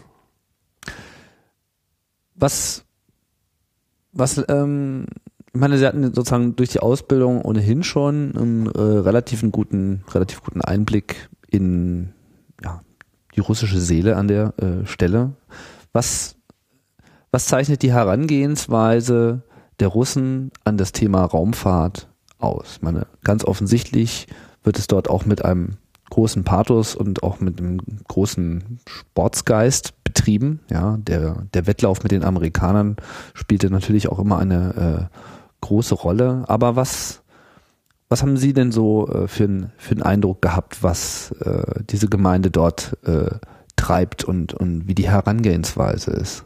Was, was, ähm, ich meine, Sie hatten sozusagen durch die Ausbildung ohnehin schon einen äh, relativen guten, relativ guten Einblick in, ja, die russische Seele an der äh, Stelle. Was, was zeichnet die Herangehensweise der Russen an das Thema Raumfahrt aus? Ich meine, ganz offensichtlich wird es dort auch mit einem großen Pathos und auch mit einem großen Sportsgeist betrieben. Ja, der, der Wettlauf mit den Amerikanern spielte natürlich auch immer eine äh, große Rolle. Aber was, was haben Sie denn so äh, für, ein, für einen Eindruck gehabt, was äh, diese Gemeinde dort äh, treibt und, und wie die Herangehensweise ist?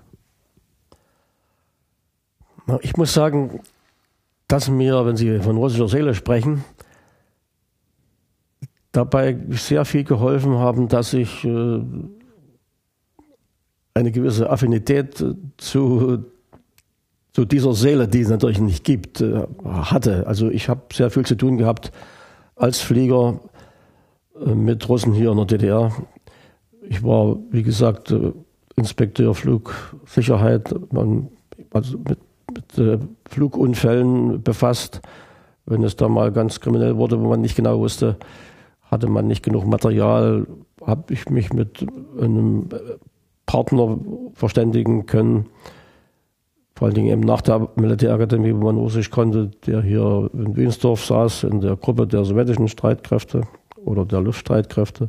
Ich muss sagen, dass mir, wenn Sie von russischer Seele sprechen, dabei sehr viel geholfen haben, dass ich äh, eine gewisse Affinität zu, zu dieser Seele, die es natürlich nicht gibt, äh, hatte. Also ich habe sehr viel zu tun gehabt als Flieger äh, mit Russen hier in der D D R. Ich war, wie gesagt, äh, Inspekteur Flugsicherheit, man, also mit, mit äh, Flugunfällen befasst. Wenn es da mal ganz kriminell wurde, wo man nicht genau wusste, hatte man nicht genug Material, habe ich mich mit einem Partner verständigen können, vor allen Dingen eben nach der Militärakademie, wo man Russisch konnte, der hier in Wiensdorf saß, in der Gruppe der sowjetischen Streitkräfte oder der Luftstreitkräfte.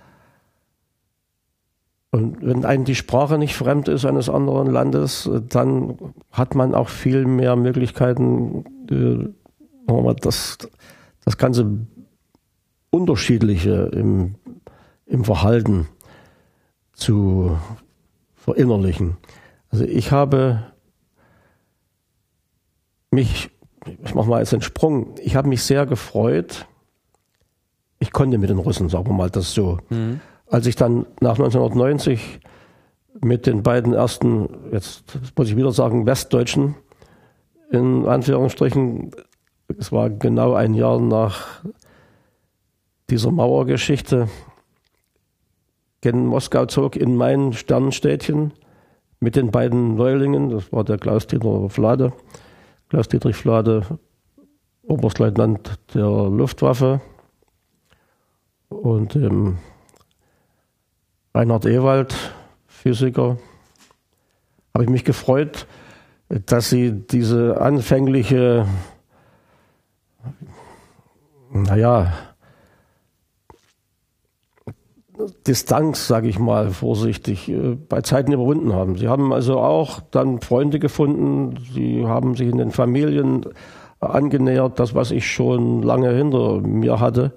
Und wenn einem die Sprache nicht fremd ist eines anderen Landes, dann hat man auch viel mehr Möglichkeiten, das, das Ganze Unterschiedliche im, im Verhalten zu verinnerlichen. Also ich habe mich, ich mache mal jetzt einen Sprung, ich habe mich sehr gefreut, ich konnte mit den Russen, sagen wir mal das so. Mhm. Als ich dann nach neunzehnhundertneunzig mit den beiden ersten, jetzt muss ich wieder sagen, Westdeutschen, in Anführungsstrichen, es war genau ein Jahr nach dieser Mauergeschichte, gen Moskau zog, in mein Sternenstädtchen mit den beiden Neulingen, das war der Klaus-Dieter Flade, Klaus-Dietrich Flade, Oberstleutnant der Luftwaffe, und dem Reinhard Ewald, Physiker, habe ich mich gefreut, dass sie diese anfängliche, naja, Distanz, sage ich mal vorsichtig, bei Zeiten überwunden haben. Sie haben also auch dann Freunde gefunden, sie haben sich in den Familien angenähert, das, was ich schon lange hinter mir hatte.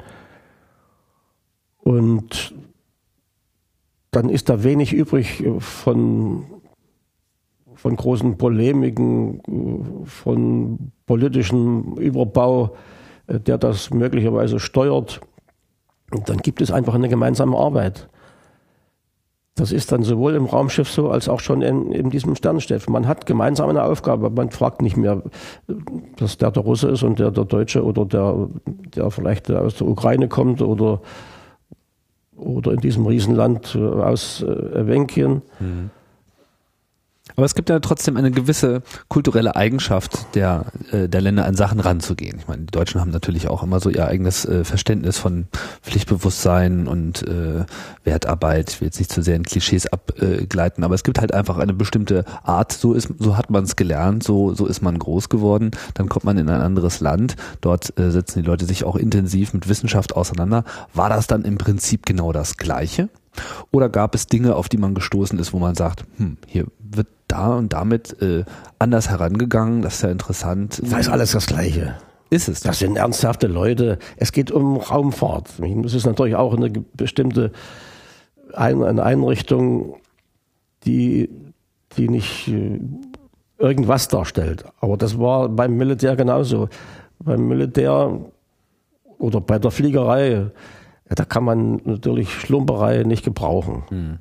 Und dann ist da wenig übrig von, von großen Polemiken, von politischem Überbau, der das möglicherweise steuert. Und dann gibt es einfach eine gemeinsame Arbeit. Das ist dann sowohl im Raumschiff so, als auch schon in, in diesem Sternenstädtchen. Man hat gemeinsam eine Aufgabe. Man fragt nicht mehr, dass der der Russe ist und der der Deutsche oder der, der vielleicht aus der Ukraine kommt oder, oder in diesem Riesenland aus Ewenkien. Mhm. Aber es gibt ja trotzdem eine gewisse kulturelle Eigenschaft der, äh, der Länder, an Sachen ranzugehen. Ich meine, die Deutschen haben natürlich auch immer so ihr eigenes äh, Verständnis von Pflichtbewusstsein und äh, Wertarbeit. Ich will jetzt nicht zu sehr in Klischees abgleiten, aber es gibt halt einfach eine bestimmte Art. So ist, so hat man es gelernt, so, so ist man groß geworden. Dann kommt man in ein anderes Land. Dort äh, setzen die Leute sich auch intensiv mit Wissenschaft auseinander. War das dann im Prinzip genau das Gleiche? Oder gab es Dinge, auf die man gestoßen ist, wo man sagt, hm, hier wird da und damit äh, anders herangegangen, das ist ja interessant. Das ist alles das Gleiche. Ist es? Das sind ernsthafte Leute. Es geht um Raumfahrt. Es ist natürlich auch eine bestimmte eine Einrichtung, die, die nicht äh, irgendwas darstellt. Aber das war beim Militär genauso. Beim Militär oder bei der Fliegerei, ja, da kann man natürlich Schlumperei nicht gebrauchen. Hm.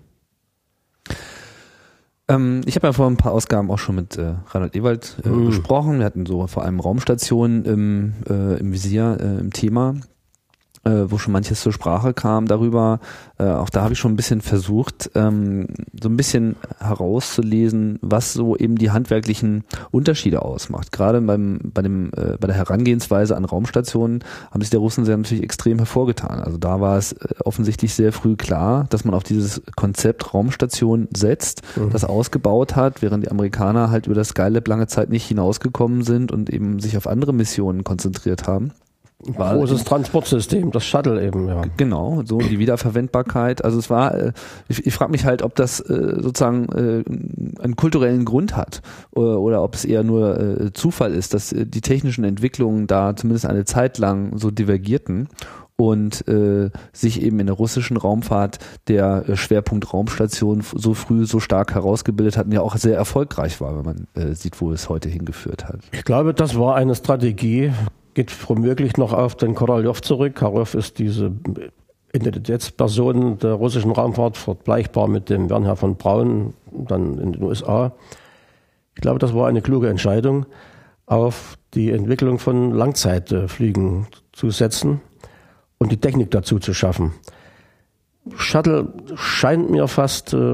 Ähm, ich habe ja vor ein paar Ausgaben auch schon mit äh, Reinhard Ewald äh, hm. gesprochen. Wir hatten so vor allem Raumstationen im, äh, im Visier, äh, im Thema, äh, wo schon manches zur Sprache kam darüber. Äh, auch da habe ich schon ein bisschen versucht, ähm, so ein bisschen herauszulesen, was so eben die handwerklichen Unterschiede ausmacht. Gerade beim, bei dem, äh, bei der Herangehensweise an Raumstationen haben sich der Russen sehr natürlich extrem hervorgetan. Also da war es äh, offensichtlich sehr früh klar, dass man auf dieses Konzept Raumstation setzt, mhm. das ausgebaut hat, während die Amerikaner halt über das Skylab lange Zeit nicht hinausgekommen sind und eben sich auf andere Missionen konzentriert haben. Ein großes Transportsystem, das Shuttle eben, ja. Genau, so die Wiederverwendbarkeit. Also es war, äh, ich, ich frage mich halt, ob das äh, sozusagen äh, einen kulturellen Grund hat oder, oder ob es eher nur äh, Zufall ist, dass äh, die technischen Entwicklungen da zumindest eine Zeit lang so divergierten und äh, sich eben in der russischen Raumfahrt der äh, Schwerpunkt Raumstation so früh so stark herausgebildet hat und ja auch sehr erfolgreich war, wenn man äh, sieht, wo es heute hingeführt hat. Ich glaube, das war eine Strategie, geht womöglich noch auf den Korolev zurück. Korolev ist diese Identitätsperson der russischen Raumfahrt, vergleichbar mit dem Wernher von Braun, dann in den U S A. Ich glaube, das war eine kluge Entscheidung, auf die Entwicklung von Langzeitflügen zu setzen und die Technik dazu zu schaffen. Shuttle scheint mir fast äh,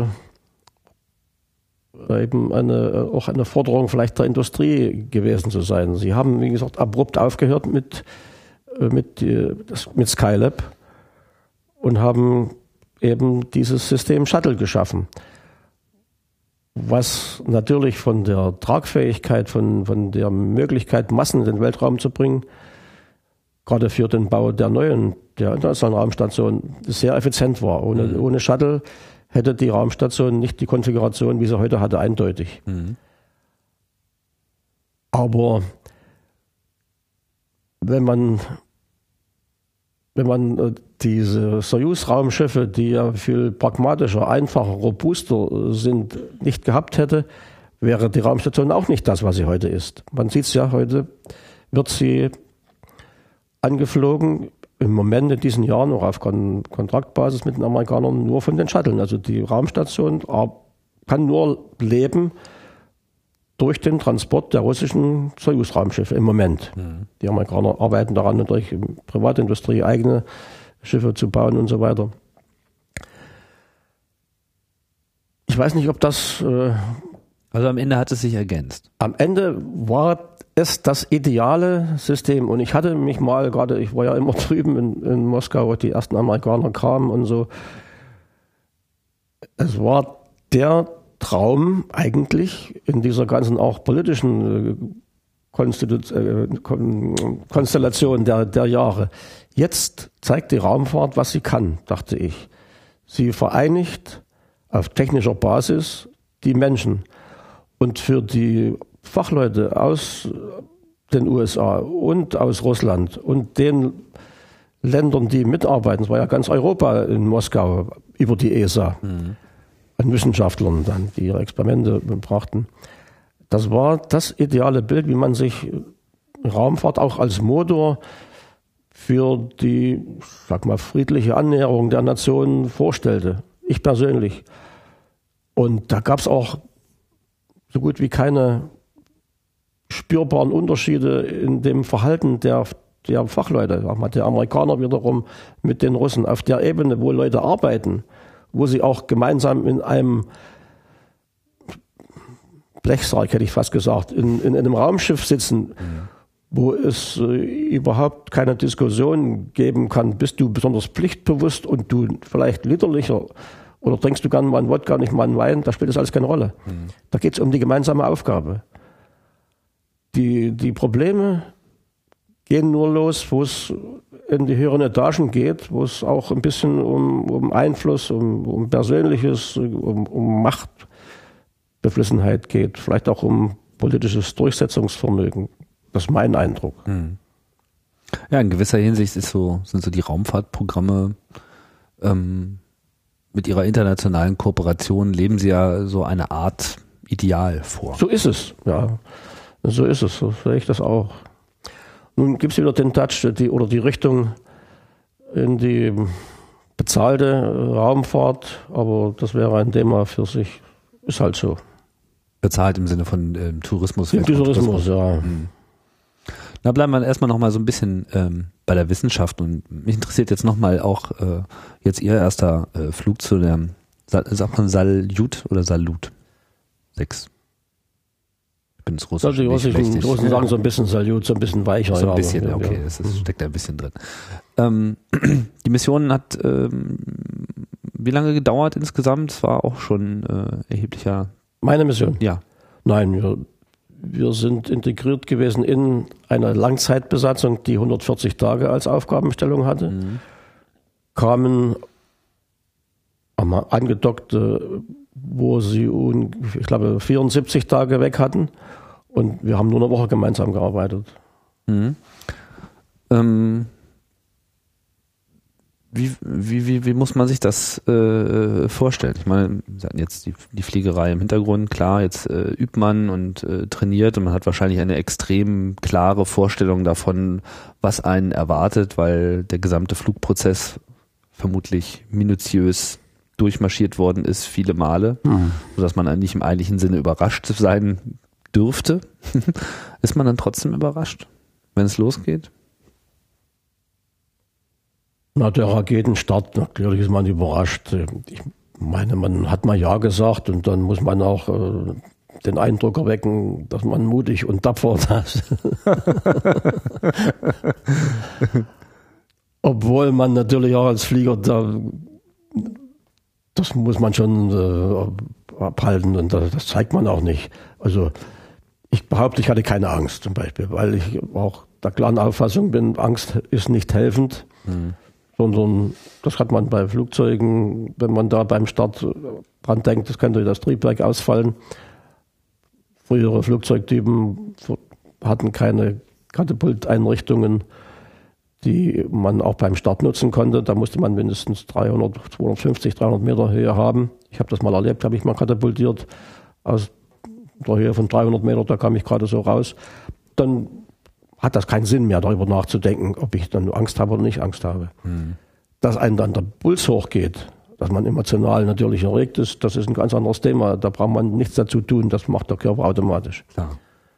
eben eine, auch eine Forderung vielleicht der Industrie gewesen zu sein. Sie haben, wie gesagt, abrupt aufgehört mit, mit, mit Skylab und haben eben dieses System Shuttle geschaffen. Was natürlich von der Tragfähigkeit, von, von der Möglichkeit, Massen in den Weltraum zu bringen, gerade für den Bau der neuen, der internationalen Raumstation, sehr effizient war. Ohne, mhm. ohne Shuttle hätte die Raumstation nicht die Konfiguration, wie sie heute hatte, eindeutig. Mhm. Aber wenn man, wenn man diese Soyuz-Raumschiffe, die ja viel pragmatischer, einfacher, robuster sind, nicht gehabt hätte, wäre die Raumstation auch nicht das, was sie heute ist. Man sieht es ja, heute wird sie angeflogen, im Moment in diesen Jahren auch auf Kon- Kontraktbasis mit den Amerikanern nur von den Shuttlen. Also die Raumstation kann nur leben durch den Transport der russischen Soyuz-Raumschiffe im Moment. Mhm. Die Amerikaner arbeiten daran, durch Privatindustrie eigene Schiffe zu bauen und so weiter. Ich weiß nicht, ob das... Äh, also am Ende hat es sich ergänzt. Am Ende war es das ideale System. Und ich hatte mich mal, gerade ich war ja immer drüben in, in Moskau, wo die ersten Amerikaner kamen und so. Es war der Traum eigentlich in dieser ganzen auch politischen Konstitu- äh, Konstellation der, der Jahre. Jetzt zeigt die Raumfahrt, was sie kann, dachte ich. Sie vereinigt auf technischer Basis die Menschen. Und für die Fachleute aus den U S A und aus Russland und den Ländern, die mitarbeiten, es war ja ganz Europa in Moskau über die E S A, mhm. an Wissenschaftlern dann, die ihre Experimente brachten. Das war das ideale Bild, wie man sich Raumfahrt auch als Motor für die, sag mal, friedliche Annäherung der Nationen vorstellte. Ich persönlich. Und da gab es auch so gut wie keine spürbaren Unterschiede in dem Verhalten der, der Fachleute. Der Amerikaner wiederum mit den Russen auf der Ebene, wo Leute arbeiten, wo sie auch gemeinsam in einem Blechsarg, hätte ich fast gesagt, in, in einem Raumschiff sitzen, mhm. wo es äh, überhaupt keine Diskussion geben kann, bist du besonders pflichtbewusst und du vielleicht liederlicher oder trinkst du gerne mal einen Wodka, nicht mal einen Wein, da spielt das alles keine Rolle. Mhm. Da geht es um die gemeinsame Aufgabe. Die, die Probleme gehen nur los, wo es in die höheren Etagen geht, wo es auch ein bisschen um, um Einfluss, um, um Persönliches, um, um Machtbeflissenheit geht, vielleicht auch um politisches Durchsetzungsvermögen. Das ist mein Eindruck. Mhm. Ja, in gewisser Hinsicht ist so, sind so die Raumfahrtprogramme ähm, mit ihrer internationalen Kooperation leben sie ja so eine Art Ideal vor. So ist es, ja. So ist es, so sehe ich das auch. Nun gibt es wieder den Touch die, oder die Richtung in die bezahlte Raumfahrt, aber das wäre ein Thema für sich. Ist halt so. Bezahlt im Sinne von ähm, Tourismus? Im Tourismus, ja. Hm. Da bleiben wir erstmal noch mal so ein bisschen ähm, bei der Wissenschaft und mich interessiert jetzt noch mal auch äh, jetzt Ihr erster äh, Flug zu der, sagt man Saljut oder Salut? Sechs. Ich bin das Russische also die Russischen, die Russen sagen so ein bisschen Saljut, so ein bisschen weicher. So ein bisschen, ja, okay, das ist, steckt da ein bisschen drin. Ähm, die Mission hat ähm, wie lange gedauert insgesamt? Es war auch schon äh, erheblicher... Meine Mission? Ja. Nein, wir, wir sind integriert gewesen in eine Langzeitbesatzung, die hundertvierzig Tage als Aufgabenstellung hatte, mhm. kamen angedockt, wo sie, ich glaube, vierundsiebzig Tage weg hatten und wir haben nur eine Woche gemeinsam gearbeitet. Mhm. Ähm, wie, wie, wie, wie muss man sich das äh, vorstellen? Ich meine, wir hatten jetzt die, die Fliegerei im Hintergrund, klar, jetzt äh, übt man und äh, trainiert und man hat wahrscheinlich eine extrem klare Vorstellung davon, was einen erwartet, weil der gesamte Flugprozess vermutlich minutiös durchmarschiert worden ist, viele Male, mhm. sodass man eigentlich im eigentlichen Sinne überrascht sein dürfte. Ist man dann trotzdem überrascht, wenn es losgeht? Na, der Raketenstart, natürlich ist man überrascht. Ich meine, man hat mal Ja gesagt und dann muss man auch äh, den Eindruck erwecken, dass man mutig und tapfer ist. Obwohl man natürlich auch als Flieger, da, das muss man schon äh, abhalten und das, das zeigt man auch nicht. Also ich behaupte, ich hatte keine Angst zum Beispiel, weil ich auch der klaren Auffassung bin, Angst ist nicht helfend. Mhm. Sondern das hat man bei Flugzeugen, wenn man da beim Start dran denkt, das könnte das Triebwerk ausfallen. Frühere Flugzeugtypen hatten keine Katapulteinrichtungen, die man auch beim Start nutzen konnte. Da musste man mindestens dreihundert, zweihundertfünfzig, dreihundert Meter Höhe haben. Ich habe das mal erlebt, habe ich mal katapultiert aus der Höhe von dreihundert Meter, da kam ich gerade so raus. Dann hat das keinen Sinn mehr, darüber nachzudenken, ob ich dann Angst habe oder nicht Angst habe. Hm. Dass einem dann der Puls hochgeht, dass man emotional natürlich erregt ist, das ist ein ganz anderes Thema. Da braucht man nichts dazu tun, das macht der Körper automatisch. Ja.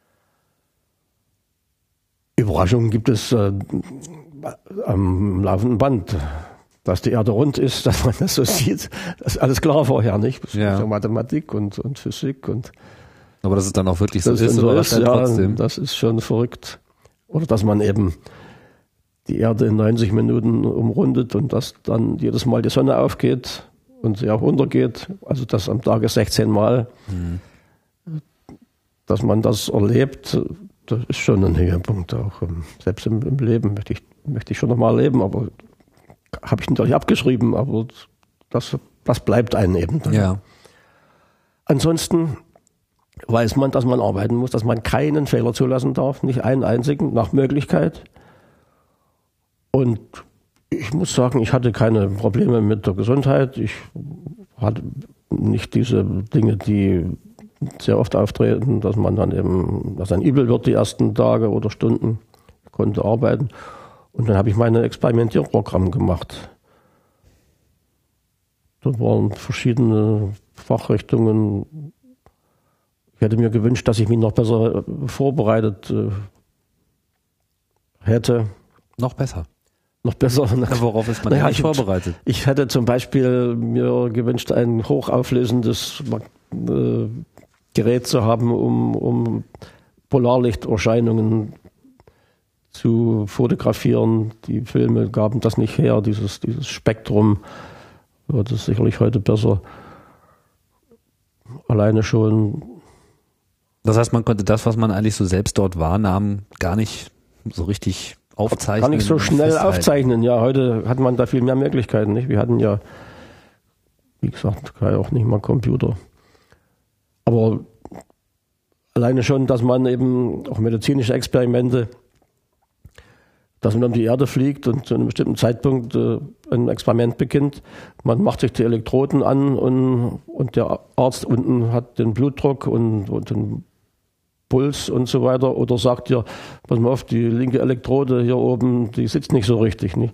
Überraschungen gibt es äh, am laufenden Band. Dass die Erde rund ist, dass man das so sieht, das ist alles klar vorher, nicht? Das ja. ist ja Mathematik und, und Physik. Und aber dass es dann auch wirklich so ist, ist, so oder ist ja, trotzdem? Das ist schon verrückt. Oder dass man eben die Erde in neunzig Minuten umrundet und dass dann jedes Mal die Sonne aufgeht und sie auch untergeht. Also das am Tage sechzehn Mal. Mhm. Dass man das erlebt, das ist schon ein Höhepunkt auch. Selbst im, im Leben möchte ich, möchte ich schon noch mal erleben, aber habe ich natürlich abgeschrieben, aber das, das bleibt einem eben dann. Ja. Ansonsten weiß man, dass man arbeiten muss, dass man keinen Fehler zulassen darf, nicht einen einzigen, nach Möglichkeit. Und ich muss sagen, ich hatte keine Probleme mit der Gesundheit. Ich hatte nicht diese Dinge, die sehr oft auftreten, dass man dann eben, dass ein übel wird die ersten Tage oder Stunden. Ich konnte arbeiten. Und dann habe ich meine Experimentierprogramme gemacht. Da waren verschiedene Fachrichtungen. Ich hätte mir gewünscht, dass ich mich noch besser vorbereitet äh, hätte. Noch besser? Noch besser. Ja, worauf ist man naja, nicht vorbereitet? Ich hätte zum Beispiel mir gewünscht, ein hochauflösendes äh, Gerät zu haben, um, um Polarlichterscheinungen zu fotografieren. Die Filme gaben das nicht her, dieses, dieses Spektrum wird es sicherlich heute besser. Alleine schon. Das heißt, man konnte das, was man eigentlich so selbst dort wahrnahm, gar nicht so richtig aufzeichnen. Gar nicht so schnell aufzeichnen. Ja, heute hat man da viel mehr Möglichkeiten. Nicht? Wir hatten ja, wie gesagt, auch nicht mal Computer. Aber alleine schon, dass man eben auch medizinische Experimente, dass man um die Erde fliegt und zu einem bestimmten Zeitpunkt äh, ein Experiment beginnt. Man macht sich die Elektroden an und, und der Arzt unten hat den Blutdruck und, und den Puls und so weiter. Oder sagt dir, pass mal auf, die linke Elektrode hier oben, die sitzt nicht so richtig. Nicht?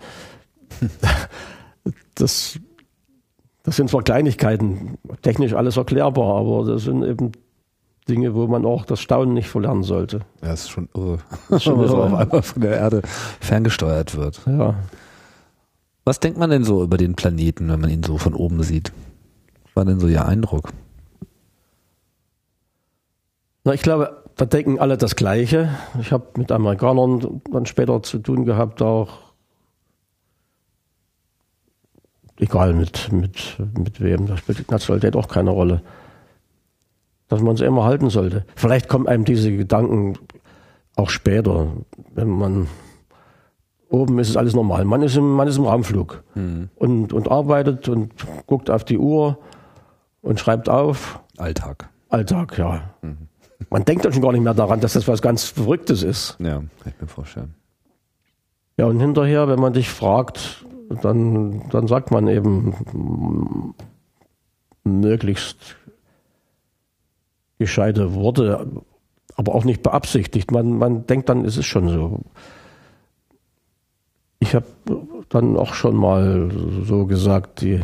Das, das sind zwar Kleinigkeiten, technisch alles erklärbar, aber das sind eben Dinge, wo man auch das Staunen nicht verlernen sollte. Ja, das ist schon irre, wenn man so auf einmal von der Erde ferngesteuert wird. Ja. Was denkt man denn so über den Planeten, wenn man ihn so von oben sieht? Was war denn so Ihr Eindruck? Na, ich glaube, da denken alle das Gleiche. Ich habe mit Amerikanern dann später zu tun gehabt, auch egal mit, mit, mit wem, da spielt die Nationalität auch keine Rolle. dass man sie immer halten sollte. Vielleicht kommen einem diese Gedanken auch später, wenn man oben ist, es alles normal. Man ist im, man ist im Raumflug mhm. und, und arbeitet und guckt auf die Uhr und schreibt auf. Alltag. Alltag, ja. Mhm. Man denkt dann schon gar nicht mehr daran, dass das was ganz Verrücktes ist. Ja, kann ich mir vorstellen. Ja, und hinterher, wenn man dich fragt, dann, dann sagt man eben möglichst gescheite Worte, aber auch nicht beabsichtigt. Man, man denkt dann, es ist schon so. Ich habe dann auch schon mal so gesagt, die,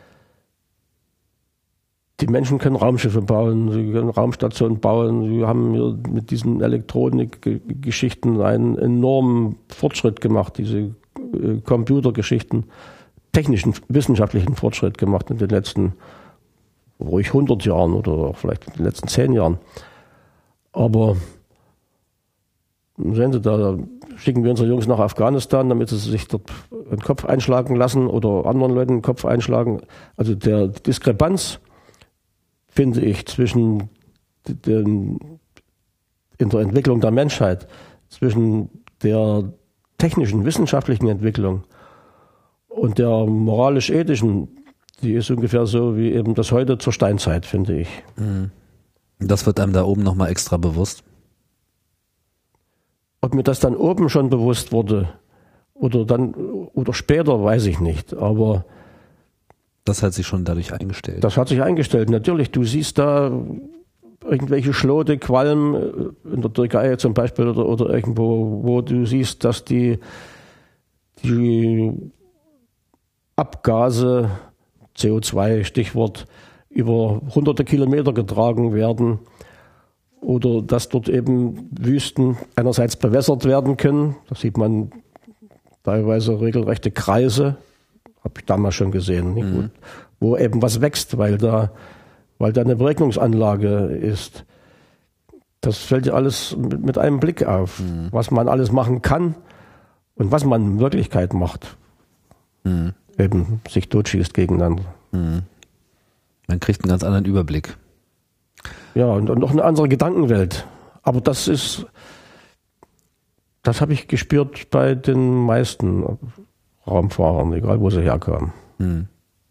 die Menschen können Raumschiffe bauen, sie können Raumstationen bauen, sie haben hier mit diesen Elektronikgeschichten einen enormen Fortschritt gemacht, diese Computergeschichten, technischen, wissenschaftlichen Fortschritt gemacht in den letzten ruhig hundert Jahren oder auch vielleicht in den letzten zehn Jahren. Aber sehen Sie, da schicken wir unsere Jungs nach Afghanistan, damit sie sich dort den Kopf einschlagen lassen oder anderen Leuten den Kopf einschlagen. Also der Diskrepanz, finde ich, zwischen den, in der Entwicklung der Menschheit, zwischen der technischen, wissenschaftlichen Entwicklung und der moralisch-ethischen, die ist ungefähr so wie eben das heute zur Steinzeit, finde ich. Das wird einem da oben nochmal extra bewusst? Ob mir das dann oben schon bewusst wurde oder dann oder später, weiß ich nicht. Aber das hat sich schon dadurch eingestellt. Das hat sich eingestellt. Natürlich, du siehst da irgendwelche Schlote, Qualm in der Türkei zum Beispiel oder, oder irgendwo, wo du siehst, dass die, die Abgase, C O zwei Stichwort, über hunderte Kilometer getragen werden. Oder dass dort eben Wüsten einerseits bewässert werden können. Da sieht man teilweise regelrechte Kreise, habe ich damals schon gesehen, nicht? Mhm. Wo, wo eben was wächst, weil da, weil da eine Beregnungsanlage ist. Das fällt dir alles mit, mit einem Blick auf, mhm. was man alles machen kann und was man in Wirklichkeit macht. Mhm. Eben sich totschießt gegeneinander. Mhm. Man kriegt einen ganz anderen Überblick. Ja, und, und noch eine andere Gedankenwelt. Aber das ist, das habe ich gespürt bei den meisten Raumfahrern, egal wo sie herkamen. Hm.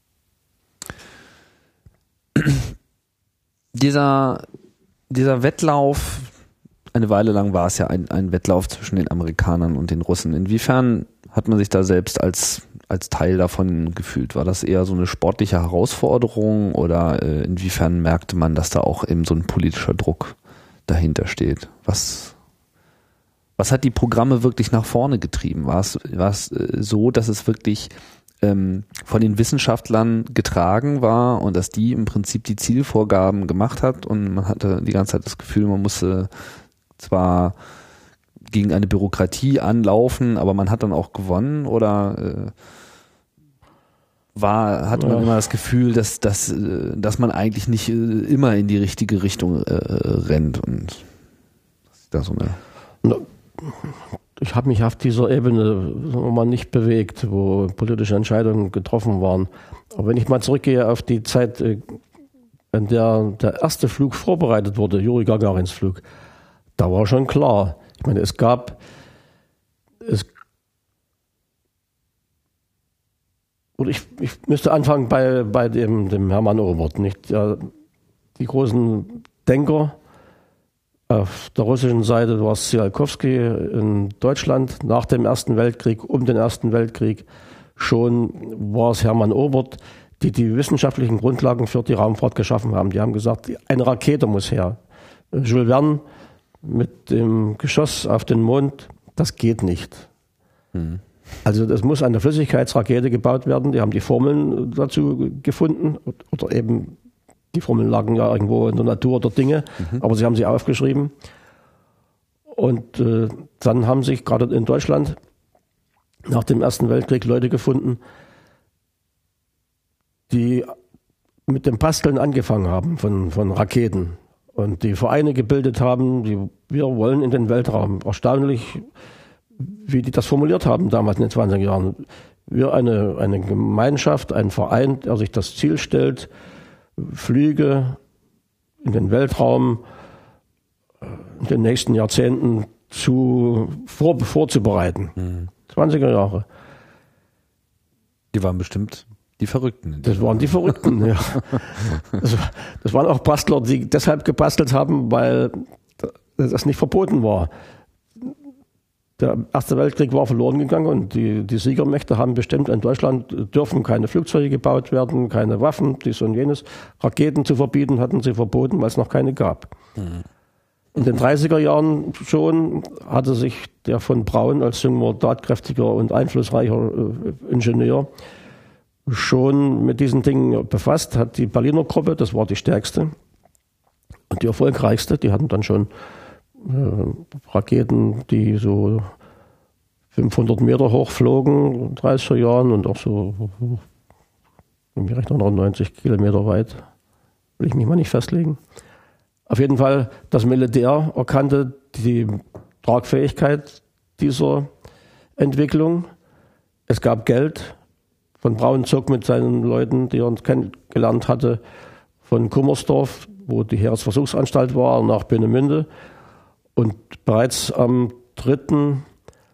Dieser, dieser Wettlauf, eine Weile lang war es ja ein, ein Wettlauf zwischen den Amerikanern und den Russen. Inwiefern hat man sich da selbst als, als Teil davon gefühlt? War das eher so eine sportliche Herausforderung oder äh, inwiefern merkte man, dass da auch eben so ein politischer Druck dahinter steht? Was, was hat die Programme wirklich nach vorne getrieben? War es, war es äh, so, dass es wirklich ähm, von den Wissenschaftlern getragen war und dass die im Prinzip die Zielvorgaben gemacht hat und man hatte die ganze Zeit das Gefühl, man musste zwar gegen eine Bürokratie anlaufen, aber man hat dann auch gewonnen oder äh, war, hatte man ja. immer das Gefühl, dass, dass, äh, dass man eigentlich nicht äh, immer in die richtige Richtung äh, rennt und da so eine. Ich habe mich auf dieser Ebene sagen wir mal, nicht bewegt, wo politische Entscheidungen getroffen waren. Aber wenn ich mal zurückgehe auf die Zeit, in der der erste Flug vorbereitet wurde, Juri Gagarins Flug, da war schon klar. Ich meine, es gab, es, oder ich, ich müsste anfangen bei, bei dem, dem Hermann Oberth, nicht? Ja, die großen Denker auf der russischen Seite war es Tsiolkovsky in Deutschland nach dem Ersten Weltkrieg, um den Ersten Weltkrieg. Schon war es Hermann Oberth, die die wissenschaftlichen Grundlagen für die Raumfahrt geschaffen haben. Die haben gesagt, eine Rakete muss her. Jules Verne mit dem Geschoss auf den Mond, das geht nicht. Mhm. Also es muss eine Flüssigkeitsrakete gebaut werden. Die haben die Formeln dazu gefunden oder eben die Formeln lagen ja irgendwo in der Natur der Dinge, mhm. aber sie haben sie aufgeschrieben. Und äh, dann haben sich gerade in Deutschland nach dem Ersten Weltkrieg Leute gefunden, die mit dem Basteln angefangen haben von, von Raketen und die Vereine gebildet haben, die wir wollen in den Weltraum. Erstaunlich, wie die das formuliert haben damals in den zwanziger Jahren. Wir eine, eine Gemeinschaft, ein Verein, der sich das Ziel stellt, Flüge in den Weltraum in den nächsten Jahrzehnten zu, vor, vorzubereiten. Mhm. zwanziger Jahre. Die waren bestimmt die Verrückten. Das waren die Verrückten, ja. Das, das waren auch Bastler, die deshalb gebastelt haben, weil das nicht verboten war. Der Erste Weltkrieg war verloren gegangen und die, die Siegermächte haben bestimmt, in Deutschland dürfen keine Flugzeuge gebaut werden, keine Waffen, dies und jenes. Raketen zu verbieten hatten sie verboten, weil es noch keine gab. Mhm. In den dreißiger Jahren schon hatte sich der von Braun als junger, tatkräftiger und einflussreicher äh, Ingenieur schon mit diesen Dingen befasst, hat die Berliner Gruppe, das war die stärkste und die erfolgreichste, die hatten dann schon äh, Raketen, die so fünfhundert Meter hoch flogen in den dreißiger Jahren und auch so, wenn ich recht noch neunzig Kilometer weit, will ich mich mal nicht festlegen. Auf jeden Fall, das Militär erkannte die Tragfähigkeit dieser Entwicklung. Es gab Geld. Von Braun zog mit seinen Leuten, die er kennengelernt hatte, von Kummersdorf, wo die Heeresversuchsanstalt war, nach Peenemünde. Und bereits am dritten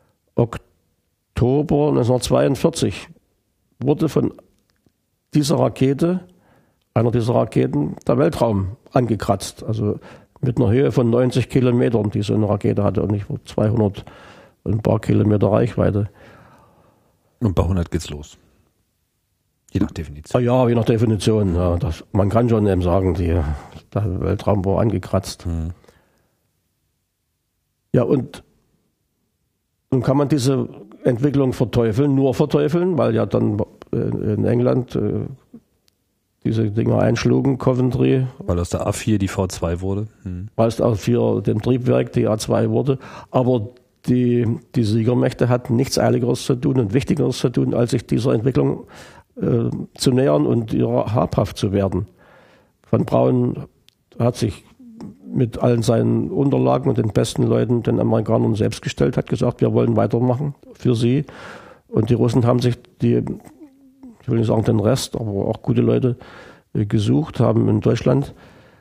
Oktober neunzehnhundertzweiundvierzig wurde von dieser Rakete, einer dieser Raketen, der Weltraum angekratzt. Also mit einer Höhe von neunzig Kilometern, die so eine Rakete hatte und nicht zweihundert und ein paar Kilometer Reichweite. Und bei hundert geht's los. Je nach Definition. Ja, je nach Definition. Ja, das, man kann schon eben sagen, die, der Weltraum war angekratzt. Hm. Ja, und nun kann man diese Entwicklung verteufeln, nur verteufeln, weil ja dann in England äh, diese Dinger einschlugen, Coventry. Weil aus der A vier die V zwei wurde. Hm. Weil aus der A vier dem Triebwerk die A zwei wurde. Aber die, die Siegermächte hatten nichts Eiligeres zu tun und Wichtigeres zu tun, als sich dieser Entwicklung äh, zu nähern und ihrer habhaft zu werden. Von Braun hat sich mit allen seinen Unterlagen und den besten Leuten den Amerikanern selbst gestellt, hat gesagt, wir wollen weitermachen für sie. Und die Russen haben sich die, ich will nicht sagen den Rest, aber auch gute Leute äh, gesucht, haben in Deutschland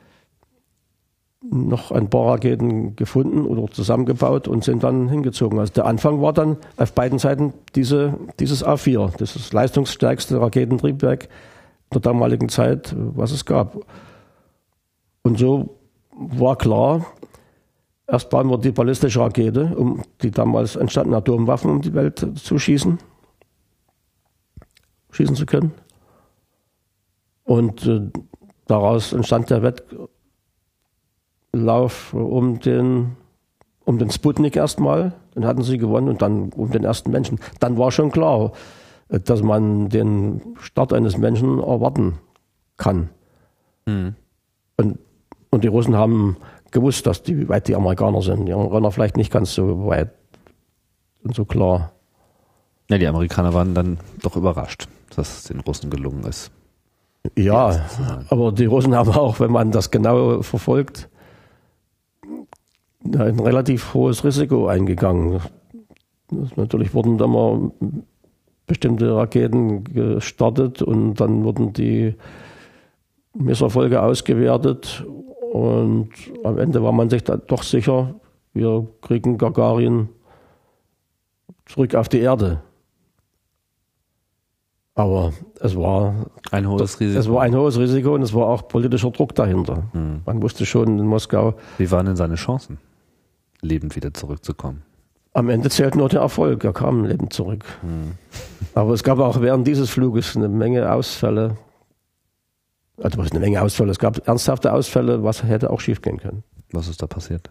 noch ein paar Raketen gefunden oder zusammengebaut und sind dann hingezogen. Also der Anfang war dann auf beiden Seiten diese, dieses A vier, das ist das leistungsstärkste Raketentriebwerk der damaligen Zeit, was es gab. Und so war klar, erst bauen wir die ballistische Rakete, um die damals entstandenen Atomwaffen um die Welt zu schießen, schießen zu können. Und äh, daraus entstand der Wettlauf um den, um den Sputnik erstmal. Den hatten sie gewonnen und dann um den ersten Menschen. Dann war schon klar, dass man den Start eines Menschen erwarten kann. Mhm. Und, und die Russen haben gewusst, dass die, wie weit die Amerikaner sind. Die Amerikaner vielleicht nicht ganz so weit und so klar. Ja, die Amerikaner waren dann doch überrascht, dass es den Russen gelungen ist. Ja, aber die Russen haben auch, wenn man das genau verfolgt, ein relativ hohes Risiko eingegangen. Natürlich wurden da mal bestimmte Raketen gestartet und dann wurden die Misserfolge ausgewertet und am Ende war man sich da doch sicher, wir kriegen Gagarin zurück auf die Erde. Aber es war ein hohes Risiko. Es war ein hohes Risiko und es war auch politischer Druck dahinter. Hm. Man wusste schon in Moskau. Wie waren denn seine Chancen, lebend wieder zurückzukommen? Am Ende zählt nur der Erfolg. Er kam lebend zurück. Hm. Aber es gab auch während dieses Fluges eine Menge Ausfälle. Also was eine Menge Ausfälle. Es gab ernsthafte Ausfälle, was hätte auch schief gehen können. Was ist da passiert?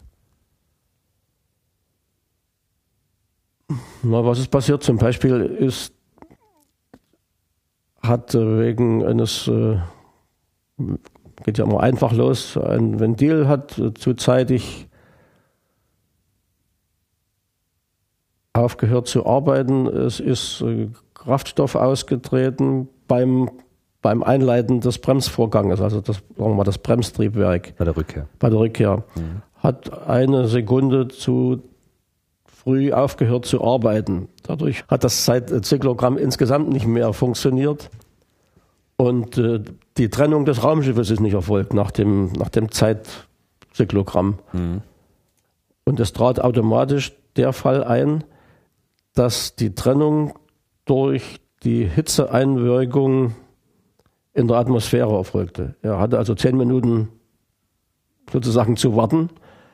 Na, was ist passiert? Zum Beispiel ist hat wegen eines, äh, geht ja immer einfach los, ein Ventil hat äh, zuzeitig aufgehört zu arbeiten. Es ist äh, Kraftstoff ausgetreten beim, beim Einleiten des Bremsvorganges, also das, sagen wir mal, das Bremstriebwerk. Bei der Rückkehr. Bei der Rückkehr. Mhm. Hat eine Sekunde zu früh aufgehört zu arbeiten. Dadurch hat das Zyklogramm insgesamt nicht mehr funktioniert. Und äh, die Trennung des Raumschiffes ist nicht erfolgt nach dem, nach dem Zeitzyklogramm. Mhm. Und es trat automatisch der Fall ein, dass die Trennung durch die Hitzeeinwirkung in der Atmosphäre erfolgte. Er hatte also zehn Minuten sozusagen zu warten,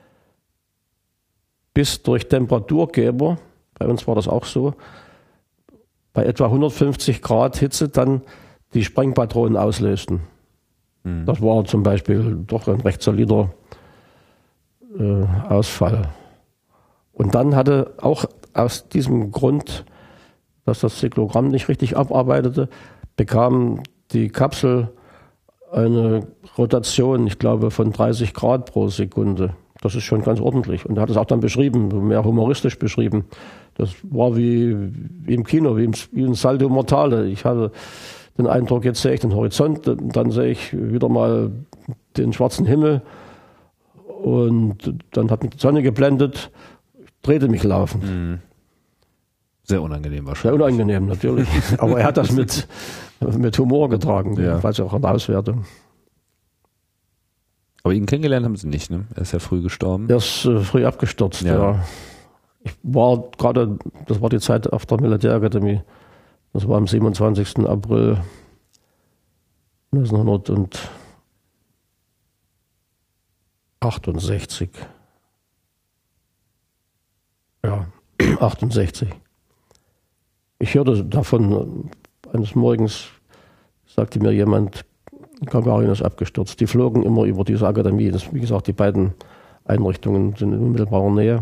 bis durch Temperaturgeber, bei uns war das auch so, bei etwa hundertfünfzig Grad Hitze dann die Sprengpatronen auslösten. Mhm. Das war zum Beispiel doch ein recht solider äh, Ausfall. Und dann hatte auch aus diesem Grund, dass das Zyklogramm nicht richtig abarbeitete, bekam die Kapsel eine Rotation, ich glaube, von dreißig Grad pro Sekunde. Das ist schon ganz ordentlich. Und er hat es auch dann beschrieben, mehr humoristisch beschrieben. Das war wie, wie im Kino, wie, im, wie ein Salto Mortale. Ich hatte den Eindruck, jetzt sehe ich den Horizont, dann sehe ich wieder mal den schwarzen Himmel und dann hat mich die Sonne geblendet, ich drehte mich laufend. Sehr unangenehm wahrscheinlich. Sehr unangenehm, natürlich. Aber er hat das mit, mit Humor getragen, ja. Jedenfalls auch in der Auswertung. Aber ihn kennengelernt haben Sie nicht, ne? Er ist ja früh gestorben. Er ist äh, früh abgestürzt, ja. ja. Ich war gerade, das war die Zeit auf der Militärakademie. Das war am siebenundzwanzigsten April neunzehnhundertachtundsechzig. Ja, achtundsechzig. Ich hörte davon, eines Morgens sagte mir jemand, Gagarin ist abgestürzt. Die flogen immer über diese Akademie. Das, wie gesagt, die beiden Einrichtungen sind in unmittelbarer Nähe.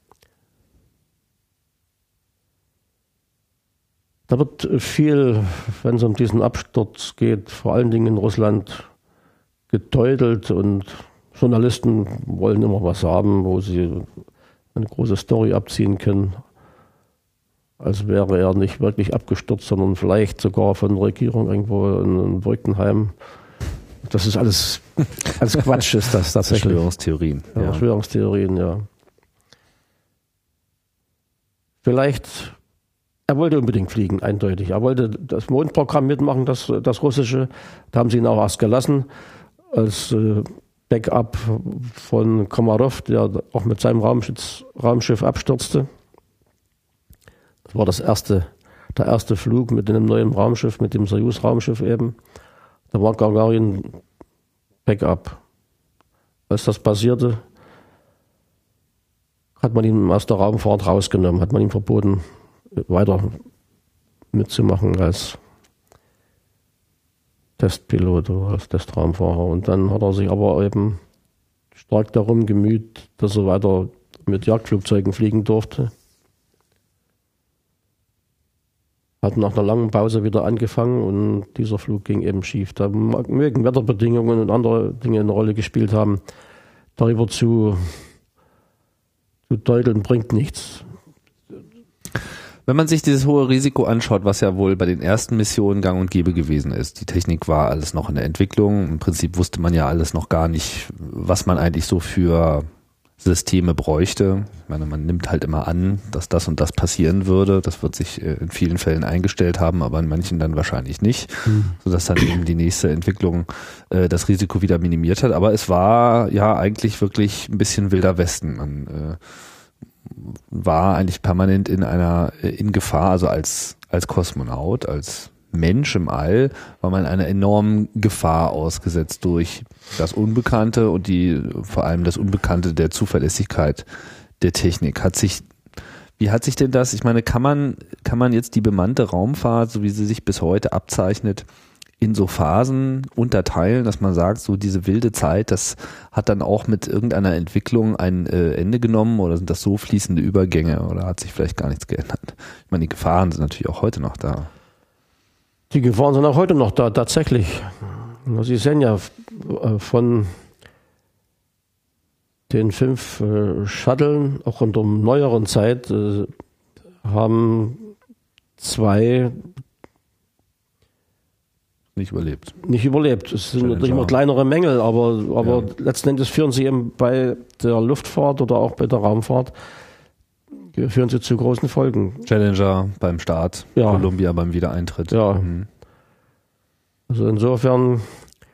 Da wird viel, wenn es um diesen Absturz geht, vor allen Dingen in Russland gedeutelt und Journalisten wollen immer was haben, wo sie eine große Story abziehen können, als wäre er nicht wirklich abgestürzt, sondern vielleicht sogar von der Regierung irgendwo in Birkenheim. Das ist alles, alles Quatsch, ist das tatsächlich. Verschwörungstheorien. Ja, ja. Verschwörungstheorien, ja. Vielleicht, er wollte unbedingt fliegen, eindeutig. Er wollte das Mondprogramm mitmachen, das, das russische. Da haben sie ihn auch erst gelassen, als äh, Backup von Komarov, der auch mit seinem Raumschiff, Raumschiff abstürzte. Das war das erste, der erste Flug mit einem neuen Raumschiff, mit dem Soyuz-Raumschiff eben. Da war Gagarin Backup. Als das passierte, hat man ihn aus der Raumfahrt rausgenommen, hat man ihm verboten, weiter mitzumachen als Testpilot oder als Testraumfahrer. Und dann hat er sich aber eben stark darum gemüht, dass er weiter mit Jagdflugzeugen fliegen durfte. Hat nach einer langen Pause wieder angefangen und dieser Flug ging eben schief. Da mögen Wetterbedingungen und andere Dinge eine Rolle gespielt haben. Darüber zu, zu deuteln bringt nichts. Wenn man sich dieses hohe Risiko anschaut, was ja wohl bei den ersten Missionen gang und gäbe gewesen ist, die Technik war alles noch in der Entwicklung, im Prinzip wusste man ja alles noch gar nicht, was man eigentlich so für Systeme bräuchte. Ich meine, man nimmt halt immer an, dass das und das passieren würde. Das wird sich in vielen Fällen eingestellt haben, aber in manchen dann wahrscheinlich nicht, mhm. sodass dann eben die nächste Entwicklung äh, das Risiko wieder minimiert hat. Aber es war ja eigentlich wirklich ein bisschen wilder Westen. Man äh, war eigentlich permanent in einer in Gefahr, also als als Kosmonaut, als Mensch im All war man einer enormen Gefahr ausgesetzt durch das Unbekannte und die vor allem das Unbekannte der Zuverlässigkeit der Technik. Hat sich, wie hat sich denn das, ich meine, kann man, kann man jetzt die bemannte Raumfahrt, so wie sie sich bis heute abzeichnet, in so Phasen unterteilen, dass man sagt, so diese wilde Zeit, das hat dann auch mit irgendeiner Entwicklung ein äh, Ende genommen oder sind das so fließende Übergänge oder hat sich vielleicht gar nichts geändert? Ich meine, die Gefahren sind natürlich auch heute noch da. Die Gefahren sind auch heute noch da, tatsächlich. Sie sehen ja, von den fünf äh, Shuttlen, auch in der neueren Zeit, äh, haben zwei nicht überlebt. Nicht überlebt. Es sind natürlich immer kleinere Mängel, aber, aber ja. letzten Endes führen sie eben bei der Luftfahrt oder auch bei der Raumfahrt führen sie zu großen Folgen. Challenger beim Start, ja. Columbia beim Wiedereintritt. Ja. Mhm. Also insofern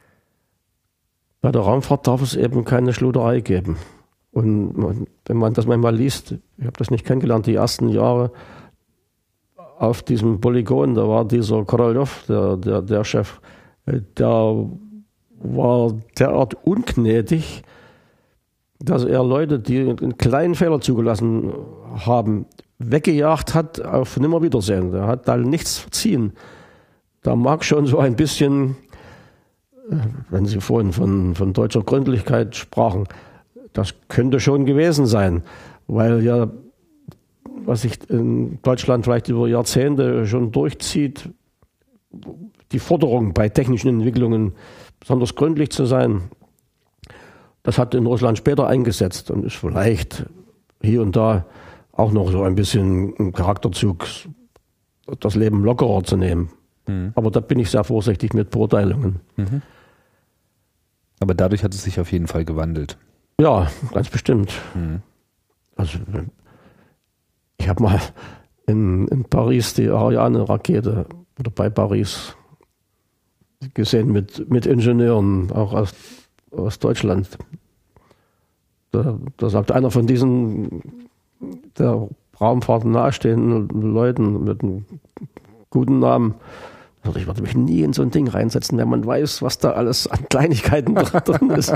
Bei der Raumfahrt darf es eben keine Schluderei geben. Und man, wenn man das manchmal liest, ich habe das nicht kennengelernt, die ersten Jahre auf diesem Polygon, da war dieser Korolev, der, der, der Chef, der war derart ungnädig, dass er Leute, die einen kleinen Fehler zugelassen haben, weggejagt hat auf Nimmerwiedersehen. Der hat da nichts verziehen. Da mag schon so ein bisschen, wenn Sie vorhin von, von deutscher Gründlichkeit sprachen, das könnte schon gewesen sein, weil ja, was sich in Deutschland vielleicht über Jahrzehnte schon durchzieht, die Forderung bei technischen Entwicklungen besonders gründlich zu sein, das hat in Russland später eingesetzt und ist vielleicht hier und da auch noch so ein bisschen ein Charakterzug, das Leben lockerer zu nehmen. Mhm. Aber da bin ich sehr vorsichtig mit Beurteilungen. Mhm. Aber dadurch hat es sich auf jeden Fall gewandelt. Ja, ganz bestimmt. Mhm. Also ich habe mal in, in Paris die Ariane-Rakete oder bei Paris gesehen mit, mit Ingenieuren, auch aus, aus Deutschland. Da, da sagt einer von diesen der Raumfahrt nahestehenden Leuten mit einem guten Namen, also ich würde mich nie in so ein Ding reinsetzen, wenn man weiß, was da alles an Kleinigkeiten drin ist.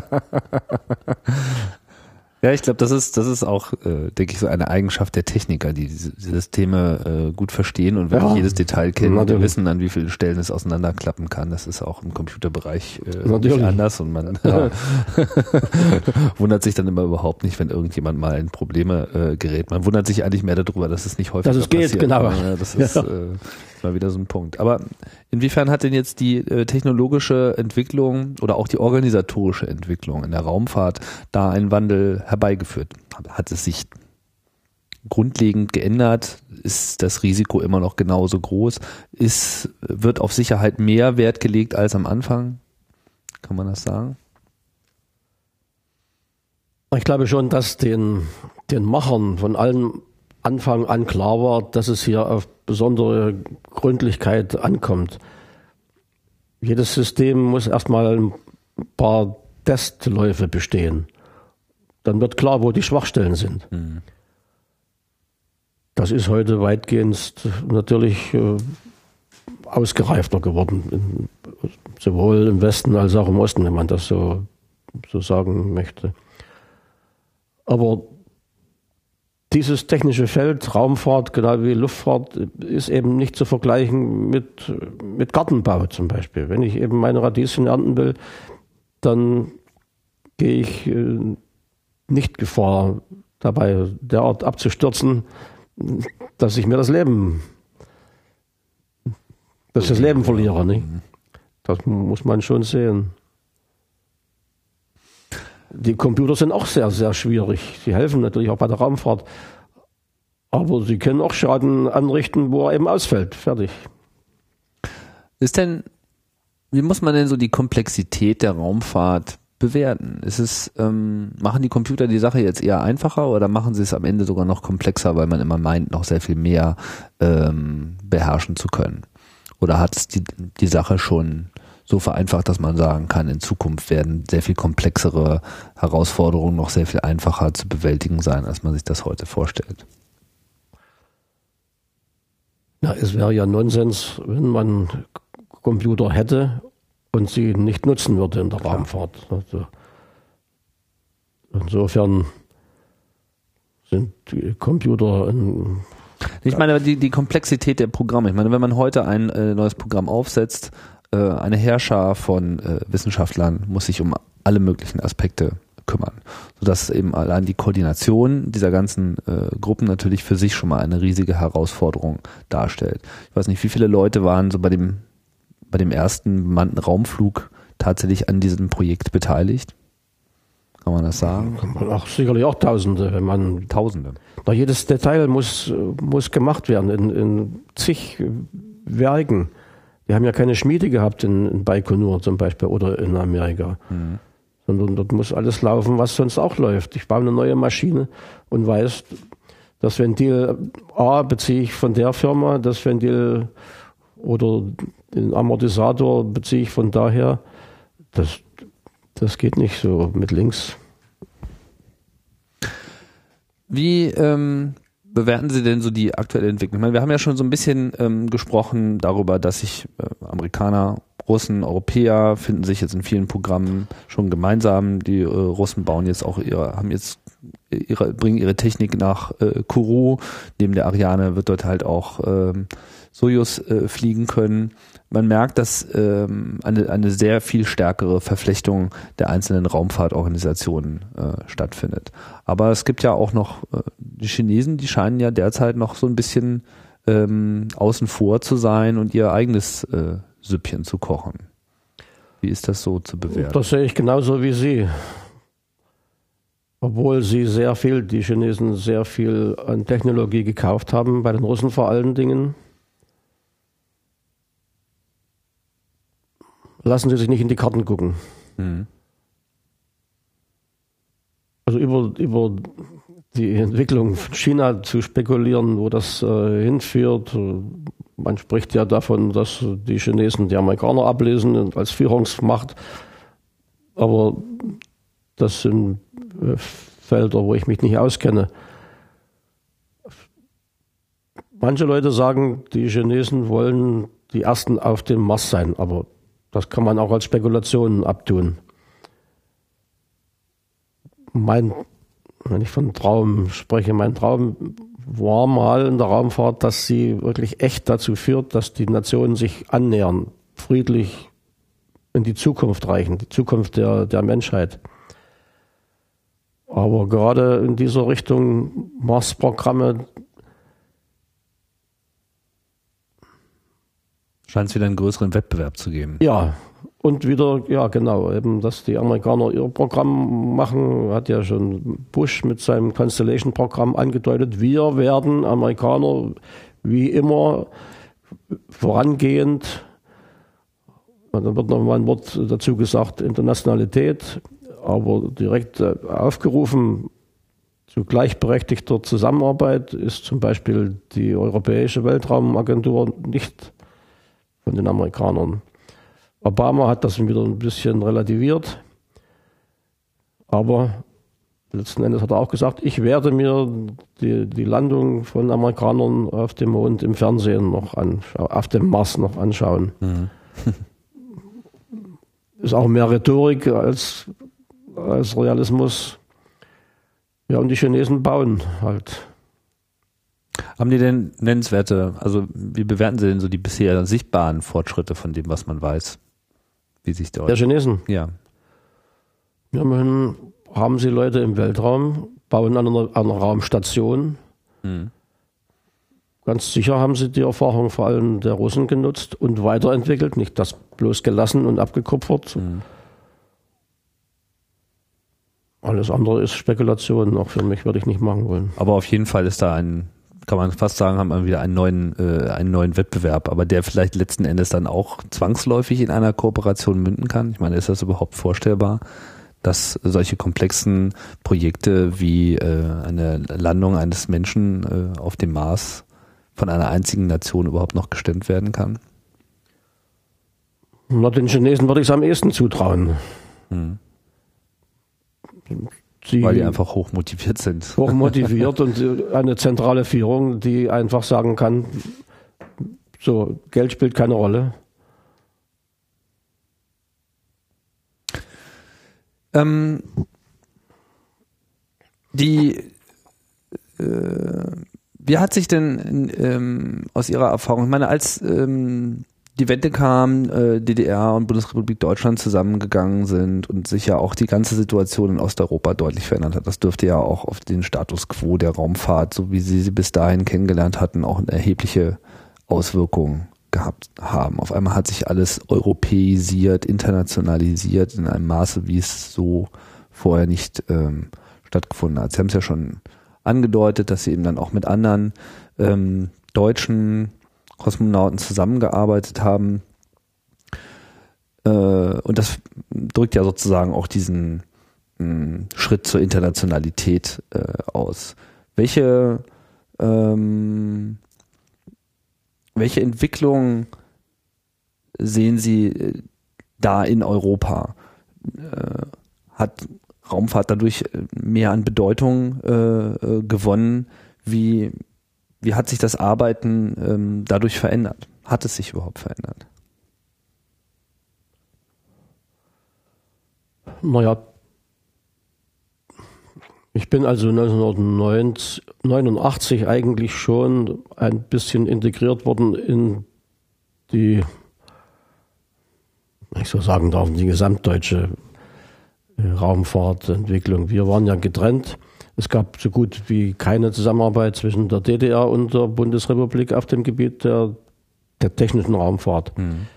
Ja, ich glaube, das ist, das ist auch, äh, denke ich, so eine Eigenschaft der Techniker, die diese Systeme äh, gut verstehen und wirklich ja, jedes Detail kennen und wissen, an wie vielen Stellen es auseinanderklappen kann. Das ist auch im Computerbereich äh, nicht anders und man ja. wundert sich dann immer überhaupt nicht, wenn irgendjemand mal in Probleme äh, gerät. Man wundert sich eigentlich mehr darüber, dass es nicht häufig passiert. Dass es geht, genau. Ja, das ist ja. äh, mal wieder so ein Punkt. Aber inwiefern hat denn jetzt die äh, technologische Entwicklung oder auch die organisatorische Entwicklung in der Raumfahrt da einen Wandel herbeigeführt? Hat es sich grundlegend geändert? Ist das Risiko immer noch genauso groß? Ist, wird auf Sicherheit mehr Wert gelegt als am Anfang? Kann man das sagen? Ich glaube schon, dass den, den Machern von allen Anfang an klar war, dass es hier auf besondere Gründlichkeit ankommt. Jedes System muss erstmal ein paar Testläufe bestehen. Dann wird klar, wo die Schwachstellen sind. Mhm. Das ist heute weitgehend natürlich äh, ausgereifter geworden, in, sowohl im Westen als auch im Osten, wenn man das so, so sagen möchte. Aber dieses technische Feld, Raumfahrt, genau wie Luftfahrt, ist eben nicht zu vergleichen mit, mit Gartenbau zum Beispiel. Wenn ich eben meine Radieschen ernten will, dann gehe ich äh, nicht Gefahr dabei, derart abzustürzen, dass ich mir das Leben, dass ich das Leben verliere. Nicht? Das muss man schon sehen. Die Computer sind auch sehr, sehr schwierig. Sie helfen natürlich auch bei der Raumfahrt. Aber sie können auch Schaden anrichten, wo er eben ausfällt. Fertig. Ist denn, wie muss man denn so die Komplexität der Raumfahrt bewerten? Ist es, ähm, machen die Computer die Sache jetzt eher einfacher oder machen sie es am Ende sogar noch komplexer, weil man immer meint, noch sehr viel mehr ähm, beherrschen zu können? Oder hat es die, die Sache schon so vereinfacht, dass man sagen kann, in Zukunft werden sehr viel komplexere Herausforderungen noch sehr viel einfacher zu bewältigen sein, als man sich das heute vorstellt? Ja, es wäre ja Nonsens, wenn man Computer hätte und sie nicht nutzen würde in der Klar. Raumfahrt. Also insofern sind die Computer ein Ich meine, die, die Komplexität der Programme. Ich meine, wenn man heute ein äh, neues Programm aufsetzt, äh, eine Heerschar von äh, Wissenschaftlern muss sich um alle möglichen Aspekte kümmern, sodass eben allein die Koordination dieser ganzen äh, Gruppen natürlich für sich schon mal eine riesige Herausforderung darstellt. Ich weiß nicht, wie viele Leute waren so bei dem bei dem ersten bemannten Raumflug tatsächlich an diesem Projekt beteiligt? Kann man das sagen? Ach, sicherlich auch Tausende, wenn man Tausende. Na, jedes Detail muss muss gemacht werden in, in zig Werken. Wir haben ja keine Schmiede gehabt in, in Baikonur zum Beispiel oder in Amerika. Mhm. Sondern dort muss alles laufen, was sonst auch läuft. Ich baue eine neue Maschine und weiß, das Ventil A beziehe ich von der Firma, das Ventil oder den Amortisator beziehe ich von daher. Das, Das geht nicht so mit links. Wie ähm, bewerten Sie denn so die aktuelle Entwicklung? Ich meine, wir haben ja schon so ein bisschen ähm, gesprochen darüber, dass sich äh, Amerikaner, Russen, Europäer finden sich jetzt in vielen Programmen schon gemeinsam. Die äh, Russen bauen jetzt auch ihre, haben jetzt ihre, bringen ihre Technik nach äh, Kourou. Neben der Ariane wird dort halt auch ähm, Sojus äh, fliegen können. Man merkt, dass ähm, eine, eine sehr viel stärkere Verflechtung der einzelnen Raumfahrtorganisationen äh, stattfindet. Aber es gibt ja auch noch äh, die Chinesen, die scheinen ja derzeit noch so ein bisschen ähm, außen vor zu sein und ihr eigenes äh, Süppchen zu kochen. Wie ist das so zu bewerten? Das sehe ich genauso wie Sie. Obwohl sie sehr viel, die Chinesen sehr viel an Technologie gekauft haben, bei den Russen vor allen Dingen. Lassen Sie sich nicht in die Karten gucken. Mhm. Also über, über die Entwicklung von China zu spekulieren, wo das äh, hinführt. Man spricht ja davon, dass die Chinesen die Amerikaner ablösen als Führungsmacht. Aber das sind äh, Felder, wo ich mich nicht auskenne. Manche Leute sagen, die Chinesen wollen die Ersten auf dem Mars sein, aber das kann man auch als Spekulation abtun. Mein, wenn ich von Traum spreche, mein Traum war mal in der Raumfahrt, dass sie wirklich echt dazu führt, dass die Nationen sich annähern, friedlich in die Zukunft reichen, die Zukunft der, der Menschheit. Aber gerade in dieser Richtung Mars-Programme scheint es wieder einen größeren Wettbewerb zu geben. Ja, und wieder, ja genau, eben, dass die Amerikaner ihr Programm machen, hat ja schon Bush mit seinem Constellation-Programm angedeutet. Wir werden Amerikaner wie immer vorangehend, und dann wird noch mal ein Wort dazu gesagt, Internationalität, aber direkt aufgerufen zu gleichberechtigter Zusammenarbeit ist zum Beispiel die Europäische Weltraumagentur nicht von den Amerikanern. Obama hat das wieder ein bisschen relativiert, aber letzten Endes hat er auch gesagt, ich werde mir die, die Landung von Amerikanern auf dem Mond im Fernsehen noch anschauen, auf dem Mars noch anschauen. Mhm. Ist auch mehr Rhetorik als, als Realismus. Ja, und die Chinesen bauen halt. Haben die denn nennenswerte, also wie bewerten Sie denn so die bisher sichtbaren Fortschritte von dem, was man weiß? Wie sich der, der Chinesen? Ja. Ja, immerhin haben sie Leute im Weltraum, bauen an einer, an einer Raumstation. Hm. Ganz sicher haben sie die Erfahrung vor allem der Russen genutzt und weiterentwickelt, nicht das bloß gelassen und abgekupfert. Hm. Alles andere ist Spekulation, auch für mich würde ich nicht machen wollen. Aber auf jeden Fall ist da ein, kann man fast sagen, haben wir wieder einen neuen, äh, einen neuen Wettbewerb, aber der vielleicht letzten Endes dann auch zwangsläufig in einer Kooperation münden kann. Ich meine, ist das überhaupt vorstellbar, dass solche komplexen Projekte wie äh, eine Landung eines Menschen äh, auf dem Mars von einer einzigen Nation überhaupt noch gestemmt werden kann? Na, den Chinesen würde ich es am ehesten zutrauen. Hm. Sie Weil die einfach hochmotiviert sind. Hochmotiviert und eine zentrale Führung, die einfach sagen kann, so, Geld spielt keine Rolle. Ähm, die, äh, wie hat sich denn ähm, aus Ihrer Erfahrung, ich meine, als ähm, die Wende kam, äh, D D R und Bundesrepublik Deutschland zusammengegangen sind und sich ja auch die ganze Situation in Osteuropa deutlich verändert hat. Das dürfte ja auch auf den Status quo der Raumfahrt, so wie Sie sie bis dahin kennengelernt hatten, auch eine erhebliche Auswirkung gehabt haben. Auf einmal hat sich alles europäisiert, internationalisiert in einem Maße, wie es so vorher nicht ähm, stattgefunden hat. Sie haben es ja schon angedeutet, dass Sie eben dann auch mit anderen ähm, deutschen Kosmonauten zusammengearbeitet haben. Äh, und das drückt ja sozusagen auch diesen mh, Schritt zur Internationalität äh, aus. Welche, ähm, welche Entwicklung sehen Sie da in Europa? äh, hat Raumfahrt dadurch mehr an Bedeutung äh, gewonnen? Wie, wie hat sich das Arbeiten ähm, dadurch verändert? Hat es sich überhaupt verändert? Naja, ich bin also neunzehnhundertneunundachtzig eigentlich schon ein bisschen integriert worden in die, wenn ich so sagen darf, die gesamtdeutsche Raumfahrtentwicklung. Wir waren ja getrennt. Es gab so gut wie keine Zusammenarbeit zwischen der D D R und der Bundesrepublik auf dem Gebiet der, der technischen Raumfahrt. Mhm.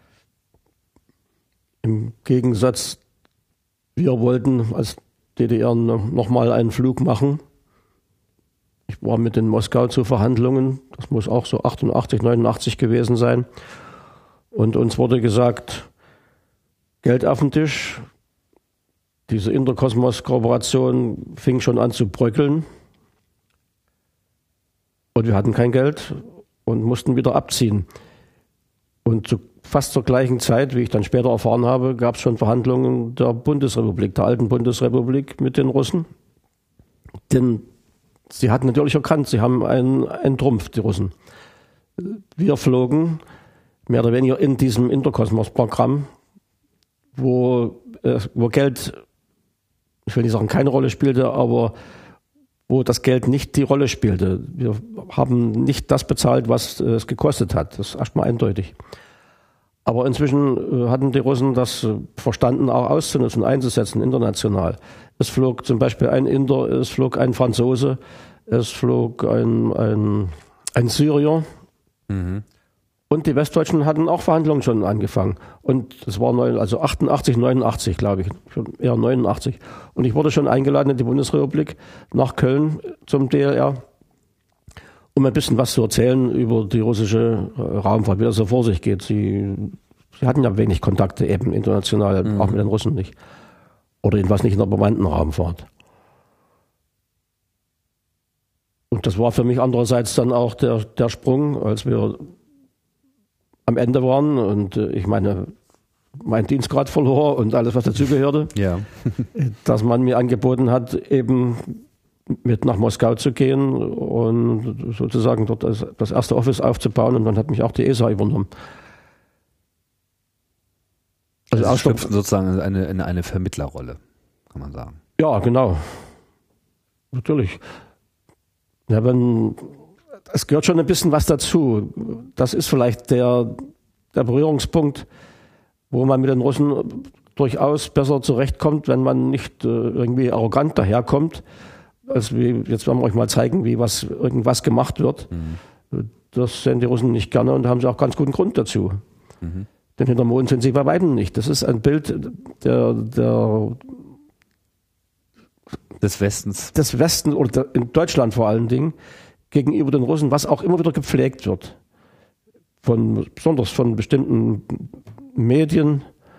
Im Gegensatz, wir wollten als D D R nochmal einen Flug machen. Ich war mit in Moskau zu Verhandlungen. Das muss auch so achtundachtzig, neunundachtzig gewesen sein. Und uns wurde gesagt, Geld auf den Tisch. Diese Interkosmos-Kooperation fing schon an zu bröckeln. Und wir hatten kein Geld und mussten wieder abziehen. Und zu, fast zur gleichen Zeit, wie ich dann später erfahren habe, gab es schon Verhandlungen der Bundesrepublik, der alten Bundesrepublik mit den Russen. Denn sie hatten natürlich erkannt, sie haben einen, einen Trumpf, die Russen. Wir flogen mehr oder weniger in diesem Interkosmos-Programm, wo, äh, wo Geld, ich will nicht sagen, keine Rolle spielte, aber wo das Geld nicht die Rolle spielte. Wir haben nicht das bezahlt, was es gekostet hat. Das ist erstmal eindeutig. Aber inzwischen hatten die Russen das verstanden, auch auszunutzen, einzusetzen, international. Es flog zum Beispiel ein Inder, es flog ein Franzose, es flog ein, ein, ein Syrier. Mhm. Und die Westdeutschen hatten auch Verhandlungen schon angefangen. Und das war neun, also achtundachtzig, neunundachtzig, glaube ich, eher neunundachtzig. Und ich wurde schon eingeladen in die Bundesrepublik nach Köln zum D L R, um ein bisschen was zu erzählen über die russische Raumfahrt, wie das so vor sich geht. Sie, sie hatten ja wenig Kontakte eben international, mhm. auch mit den Russen nicht. Oder jedenfalls nicht in der bemannten Raumfahrt. Und das war für mich andererseits dann auch der, der Sprung, als wir am Ende waren und äh, ich meine, mein Dienstgrad verlor und alles, was dazugehörte, ja. dass man mir angeboten hat, eben mit nach Moskau zu gehen und sozusagen dort das, das erste Office aufzubauen, und dann hat mich auch die E S A übernommen. Also das schlüpft sozusagen eine, in eine Vermittlerrolle, kann man sagen. Ja, genau. Natürlich. Ja, wenn es gehört schon ein bisschen was dazu. Das ist vielleicht der, der Berührungspunkt, wo man mit den Russen durchaus besser zurechtkommt, wenn man nicht äh, irgendwie arrogant daherkommt. Also wie, jetzt werden wir euch mal zeigen, wie was irgendwas gemacht wird. Mhm. Das sehen die Russen nicht gerne und haben sie auch ganz guten Grund dazu. Mhm. Denn hinterm Mond sind sie bei weitem nicht. Das ist ein Bild der, der des Westens. Des Westens oder der, in Deutschland vor allen Dingen, gegenüber den Russen, was auch immer wieder gepflegt wird. Von, besonders von bestimmten Medien.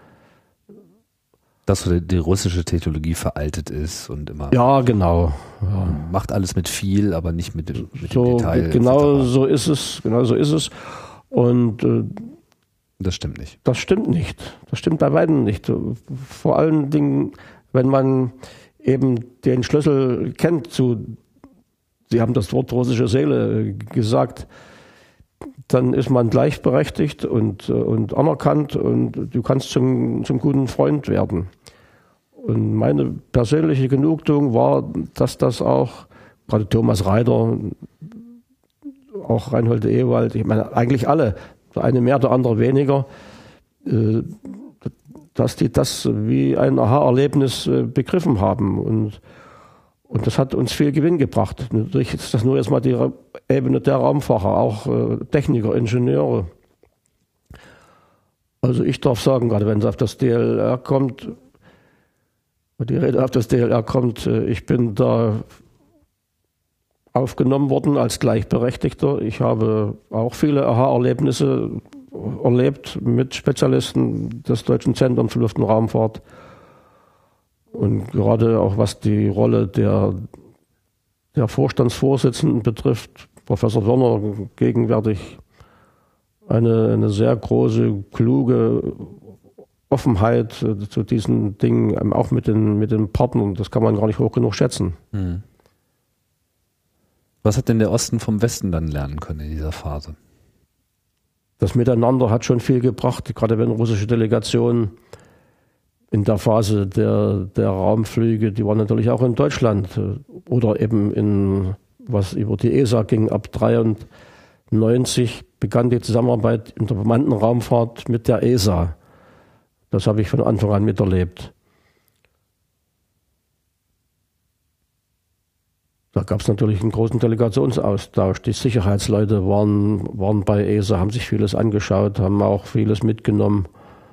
Dass die, die russische Technologie veraltet ist und immer. Ja, genau. Ja. Macht alles mit viel, aber nicht mit, mit so, dem Detail. Genau so ist es. Genau so ist es. Und äh, das stimmt nicht. Das stimmt nicht. Das stimmt bei weitem nicht. Vor allen Dingen, wenn man eben den Schlüssel kennt zu, Sie haben das Wort russische Seele gesagt, dann ist man gleichberechtigt und, und anerkannt und du kannst zum, zum guten Freund werden. Und meine persönliche Genugtuung war, dass das auch, gerade Thomas Reiter, auch Reinhold Ewald, ich meine eigentlich alle, der eine mehr, der andere weniger, dass die das wie ein Aha-Erlebnis begriffen haben. Und Und das hat uns viel Gewinn gebracht. Natürlich ist das nur jetzt mal die Ebene der Raumfahrer, auch äh, Techniker, Ingenieure. Also ich darf sagen, gerade wenn es auf das D L R kommt, die Rede auf das D L R kommt, äh, ich bin da aufgenommen worden als Gleichberechtigter. Ich habe auch viele Aha-Erlebnisse erlebt mit Spezialisten des Deutschen Zentrums für Luft- und Raumfahrt. Und gerade auch was die Rolle der, der Vorstandsvorsitzenden betrifft, Professor Wörner gegenwärtig eine, eine sehr große, kluge, Offenheit äh, zu diesen Dingen, ähm, auch mit den, mit den Partnern, das kann man gar nicht hoch genug schätzen. Hm. Was hat denn der Osten vom Westen dann lernen können in dieser Phase? Das Miteinander hat schon viel gebracht, gerade wenn russische Delegationen in der Phase der, der Raumflüge, die waren natürlich auch in Deutschland äh, oder eben in, was über die E S A ging, ab dreiundneunzig begann die Zusammenarbeit in der bemannten Raumfahrt mit der E S A. Das habe ich von Anfang an miterlebt. Da gab es natürlich einen großen Delegationsaustausch. Die Sicherheitsleute waren, waren bei E S A, haben sich vieles angeschaut, haben auch vieles mitgenommen.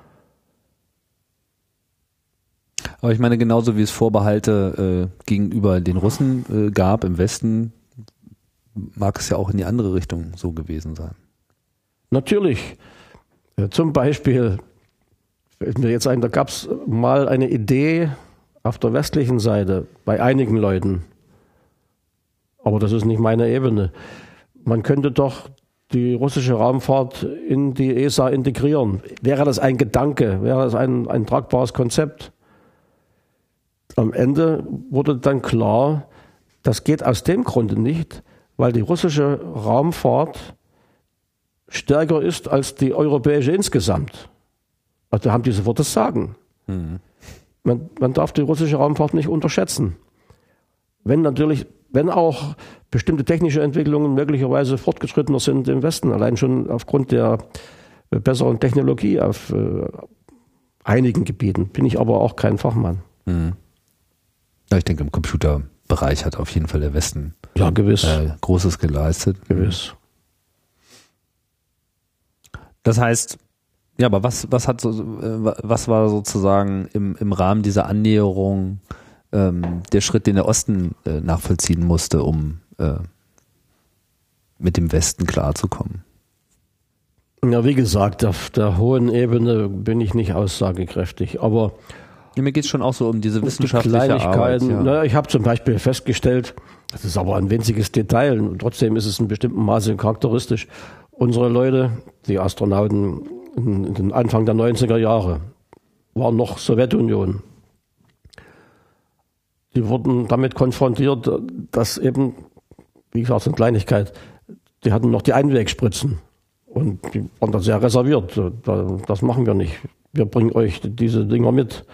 Aber ich meine, genauso wie es Vorbehalte äh, gegenüber den Russen äh, gab im Westen, mag es ja auch in die andere Richtung so gewesen sein. Natürlich. Ja, zum Beispiel, fällt mir jetzt ein, da gab es mal eine Idee auf der westlichen Seite bei einigen Leuten, aber das ist nicht meine Ebene. Man könnte doch die russische Raumfahrt in die E S A integrieren. Wäre das ein Gedanke? Wäre das ein, ein tragbares Konzept? Am Ende wurde dann klar, das geht aus dem Grunde nicht, weil die russische Raumfahrt stärker ist als die europäische insgesamt. Also haben die sofort das Sagen. Mhm. Man, man darf die russische Raumfahrt nicht unterschätzen. Wenn natürlich, wenn auch bestimmte technische Entwicklungen möglicherweise fortgeschrittener sind im Westen, allein schon aufgrund der besseren Technologie auf äh, einigen Gebieten, bin ich aber auch kein Fachmann. Mhm. Ja, ich denke, im Computerbereich hat auf jeden Fall der Westen ja, gewiss. Äh, Großes geleistet. Gewiss. Das heißt, ja, aber was, was hat so, äh, was war sozusagen im, im Rahmen dieser Annäherung ähm, der Schritt, den der Osten äh, nachvollziehen musste, um äh, mit dem Westen klarzukommen? Ja, wie gesagt, auf der hohen Ebene bin ich nicht aussagekräftig, aber ja, mir geht es schon auch so um diese wissenschaftliche Kleinigkeiten. Arbeit. Ja. Na, ich habe zum Beispiel festgestellt, das ist aber ein winziges Detail, und trotzdem ist es in bestimmten Maße charakteristisch. Unsere Leute, die Astronauten in, in den Anfang der neunziger Jahre, waren noch Sowjetunion. Die wurden damit konfrontiert, dass eben, wie gesagt, so eine Kleinigkeit, die hatten noch die Einwegspritzen und die waren da sehr reserviert. Das machen wir nicht. Wir bringen euch diese Dinger mit.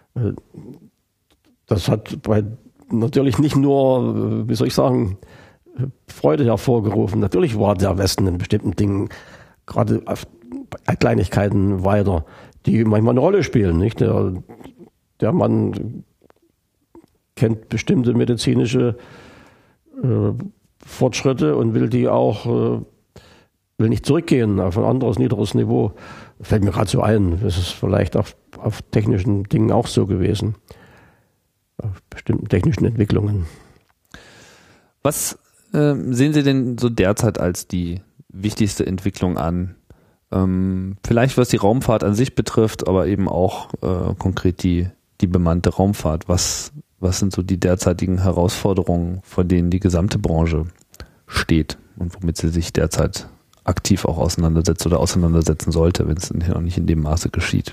Das hat bei natürlich nicht nur, wie soll ich sagen, Freude hervorgerufen. Natürlich war der Westen in bestimmten Dingen, gerade auf Kleinigkeiten weiter, die manchmal eine Rolle spielen. Nicht? Der, der Mann kennt bestimmte medizinische äh, Fortschritte und will die auch, äh, will nicht zurückgehen auf ein anderes, niederes Niveau. Fällt mir gerade so ein, das ist vielleicht auf, auf technischen Dingen auch so gewesen. Auf bestimmten technischen Entwicklungen. Was äh, sehen Sie denn so derzeit als die wichtigste Entwicklung an? Ähm, vielleicht was die Raumfahrt an sich betrifft, aber eben auch äh, konkret die, die bemannte Raumfahrt. Was, was sind so die derzeitigen Herausforderungen, vor denen die gesamte Branche steht und womit sie sich derzeit aktiv auch auseinandersetzt oder auseinandersetzen sollte, wenn es noch nicht in dem Maße geschieht?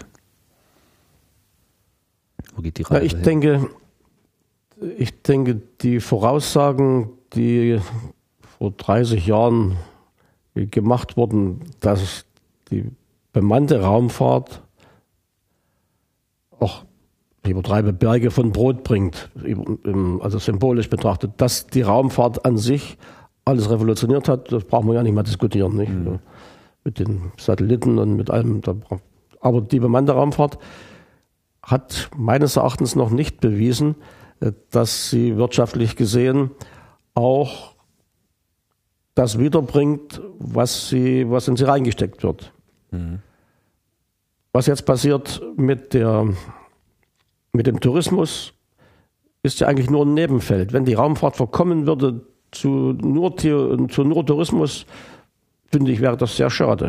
Wo geht die Reise ja, ich hin? denke, ich denke, die Voraussagen, die vor dreißig Jahren gemacht wurden, dass die bemannte Raumfahrt auch, ich übertreibe, Berge von Brot bringt, also symbolisch betrachtet, dass die Raumfahrt an sich alles revolutioniert hat, das brauchen wir ja nicht mehr diskutieren, nicht? Mhm. Mit den Satelliten und mit allem. Aber die bemannte Raumfahrt hat meines Erachtens noch nicht bewiesen, dass sie wirtschaftlich gesehen auch das wiederbringt, was, sie, was in sie reingesteckt wird. Mhm. Was jetzt passiert mit, der, mit dem Tourismus, ist ja eigentlich nur ein Nebenfeld. Wenn die Raumfahrt verkommen würde zu nur, zu nur Tourismus, finde ich, wäre das sehr schade.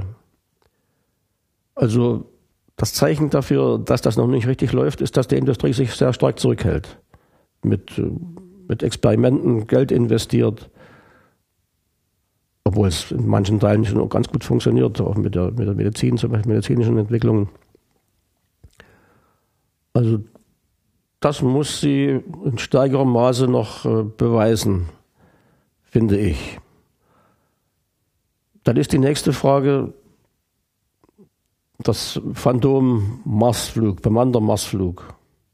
Also das Zeichen dafür, dass das noch nicht richtig läuft, ist, dass die Industrie sich sehr stark zurückhält. Mit, mit Experimenten Geld investiert, obwohl es in manchen Teilen schon auch ganz gut funktioniert, auch mit der, mit der Medizin, zum Beispiel medizinischen Entwicklungen. Also das muss sie in stärkerem Maße noch äh, beweisen, finde ich. Dann ist die nächste Frage das Phantom-Marsflug, bemannter Marsflug.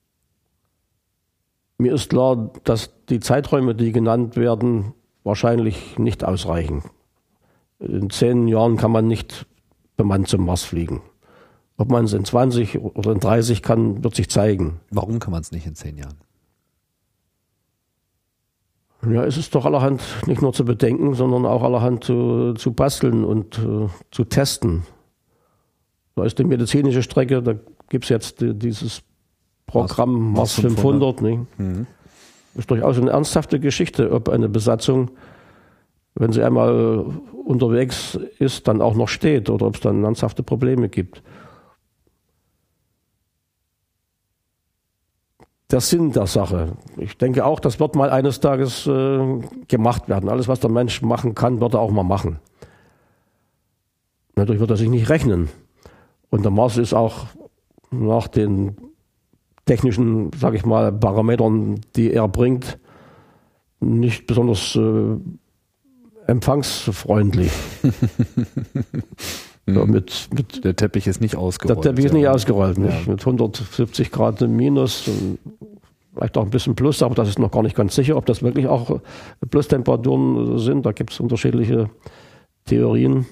Mir ist klar, dass die Zeiträume, die genannt werden, wahrscheinlich nicht ausreichen. In zehn Jahren kann man nicht bemannt zum Mars fliegen. Ob man es in zwanzig oder in dreißig kann, wird sich zeigen. Warum kann man es nicht in zehn Jahren? Ja, es ist doch allerhand nicht nur zu bedenken, sondern auch allerhand zu, zu basteln und uh, zu testen. Da ist die medizinische Strecke, da gibt es jetzt die, dieses Programm Mars fünfhundert. Ne? Mhm. Ist durchaus eine ernsthafte Geschichte, ob eine Besatzung, wenn sie einmal unterwegs ist, dann auch noch steht oder ob es dann ernsthafte Probleme gibt. Der Sinn der Sache. Ich denke auch, das wird mal eines Tages äh, gemacht werden. Alles, was der Mensch machen kann, wird er auch mal machen. Natürlich wird er sich nicht rechnen. Und der Mars ist auch nach den technischen, sage ich mal, Parametern, die er bringt, nicht besonders äh, empfangsfreundlich. Ja, mit, mit der Teppich ist nicht ausgerollt. Der Teppich ist nicht ja. ausgerollt, nicht? Ja. Mit hundertsiebzig Grad Minus, und vielleicht auch ein bisschen Plus, aber das ist noch gar nicht ganz sicher, ob das wirklich auch Plustemperaturen sind. Da gibt es unterschiedliche Theorien.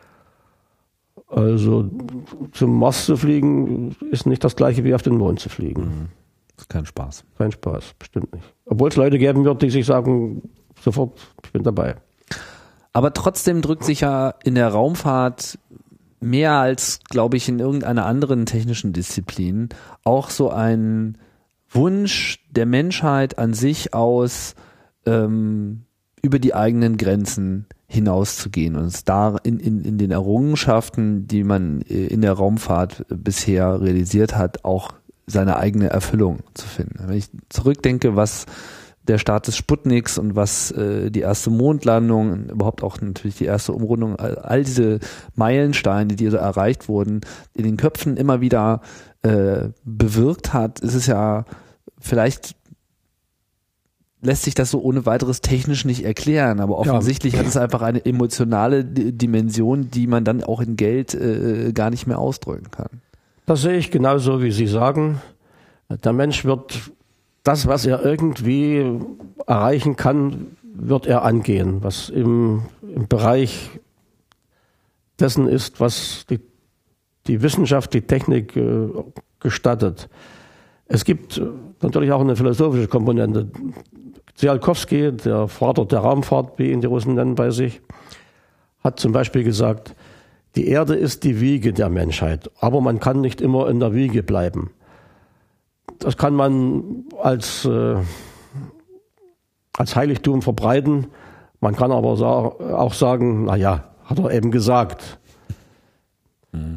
Also zum Mars zu fliegen ist nicht das gleiche wie auf den Mond zu fliegen. Das ist kein Spaß. Kein Spaß, bestimmt nicht. Obwohl es Leute geben wird, die sich sagen, sofort, ich bin dabei. Aber trotzdem drückt sich ja in der Raumfahrt mehr als, glaube ich, in irgendeiner anderen technischen Disziplin auch so ein Wunsch der Menschheit an sich aus, ähm, über die eigenen Grenzen hinauszugehen und es da in, in, in den Errungenschaften, die man in der Raumfahrt bisher realisiert hat, auch seine eigene Erfüllung zu finden. Wenn ich zurückdenke, was der Start des Sputniks und was äh, die erste Mondlandung, überhaupt auch natürlich die erste Umrundung, all, all diese Meilensteine, die so erreicht wurden, in den Köpfen immer wieder äh, bewirkt hat, ist es ja vielleicht, lässt sich das so ohne weiteres technisch nicht erklären, aber offensichtlich ja. hat es einfach eine emotionale Dimension, die man dann auch in Geld äh, gar nicht mehr ausdrücken kann. Das sehe ich genauso, wie Sie sagen. Der Mensch wird das, was er irgendwie erreichen kann, wird er angehen, was im, im Bereich dessen ist, was die, die Wissenschaft, die Technik äh, gestattet. Es gibt natürlich auch eine philosophische Komponente. Tsiolkovsky, der Vater der Raumfahrt, wie ihn die Russen nennen bei sich, hat zum Beispiel gesagt, die Erde ist die Wiege der Menschheit, aber man kann nicht immer in der Wiege bleiben. Das kann man als, äh, als Heiligtum verbreiten. Man kann aber sa- auch sagen, na ja, hat er eben gesagt. Mhm.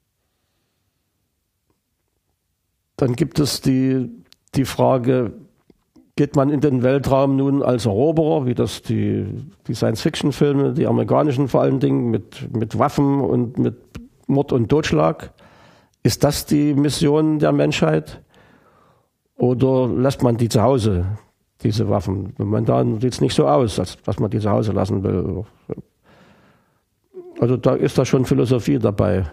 Dann gibt es die, die Frage, geht man in den Weltraum nun als Eroberer, wie das die, die Science-Fiction-Filme, die amerikanischen vor allen Dingen, mit, mit Waffen und mit Mord und Totschlag? Ist das die Mission der Menschheit? Oder lässt man die zu Hause, diese Waffen? Momentan sieht es nicht so aus, als dass man die zu Hause lassen will. Also da ist da schon Philosophie dabei.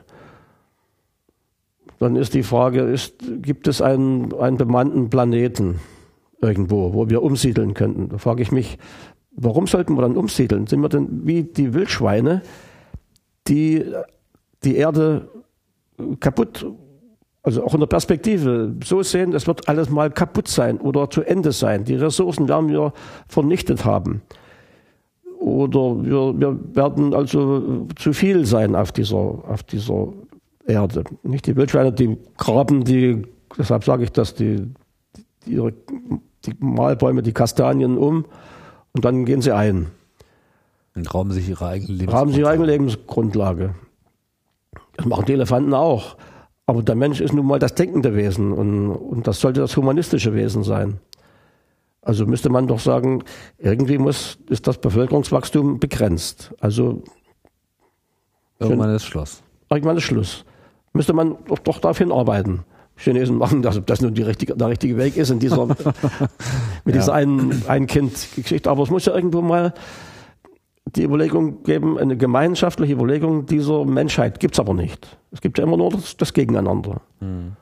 Dann ist die Frage, ist, gibt es einen, einen bemannten Planeten irgendwo, wo wir umsiedeln könnten? Da frage ich mich, warum sollten wir dann umsiedeln? Sind wir denn wie die Wildschweine, die die Erde kaputt, also auch in der Perspektive so sehen, es wird alles mal kaputt sein oder zu Ende sein. Die Ressourcen werden wir vernichtet haben. Oder wir, wir werden also zu viel sein auf dieser, auf dieser Erde. Nicht die Wildschweine, die graben die, deshalb sage ich das, die, die, ihre, die Mahlbäume, die Kastanien um und dann gehen sie ein. Und rauben sich ihre eigene Lebensgrundlage. Rauben sich ihre eigene Lebensgrundlage. Das machen die Elefanten auch. Aber der Mensch ist nun mal das denkende Wesen und, und das sollte das humanistische Wesen sein. Also müsste man doch sagen, irgendwie muss, ist das Bevölkerungswachstum begrenzt. Also irgendwann ist Schluss. Irgendwann ist Schluss. Müsste man doch, doch darauf hinarbeiten. Chinesen machen, dass ob das nun die richtige, der richtige Weg ist in dieser, mit Ja. dieser einen, ein Kind-Geschichte. Aber es muss ja irgendwo mal die Überlegung geben, eine gemeinschaftliche Überlegung dieser Menschheit gibt's aber nicht. Es gibt ja immer nur das, das Gegeneinander. Mhm.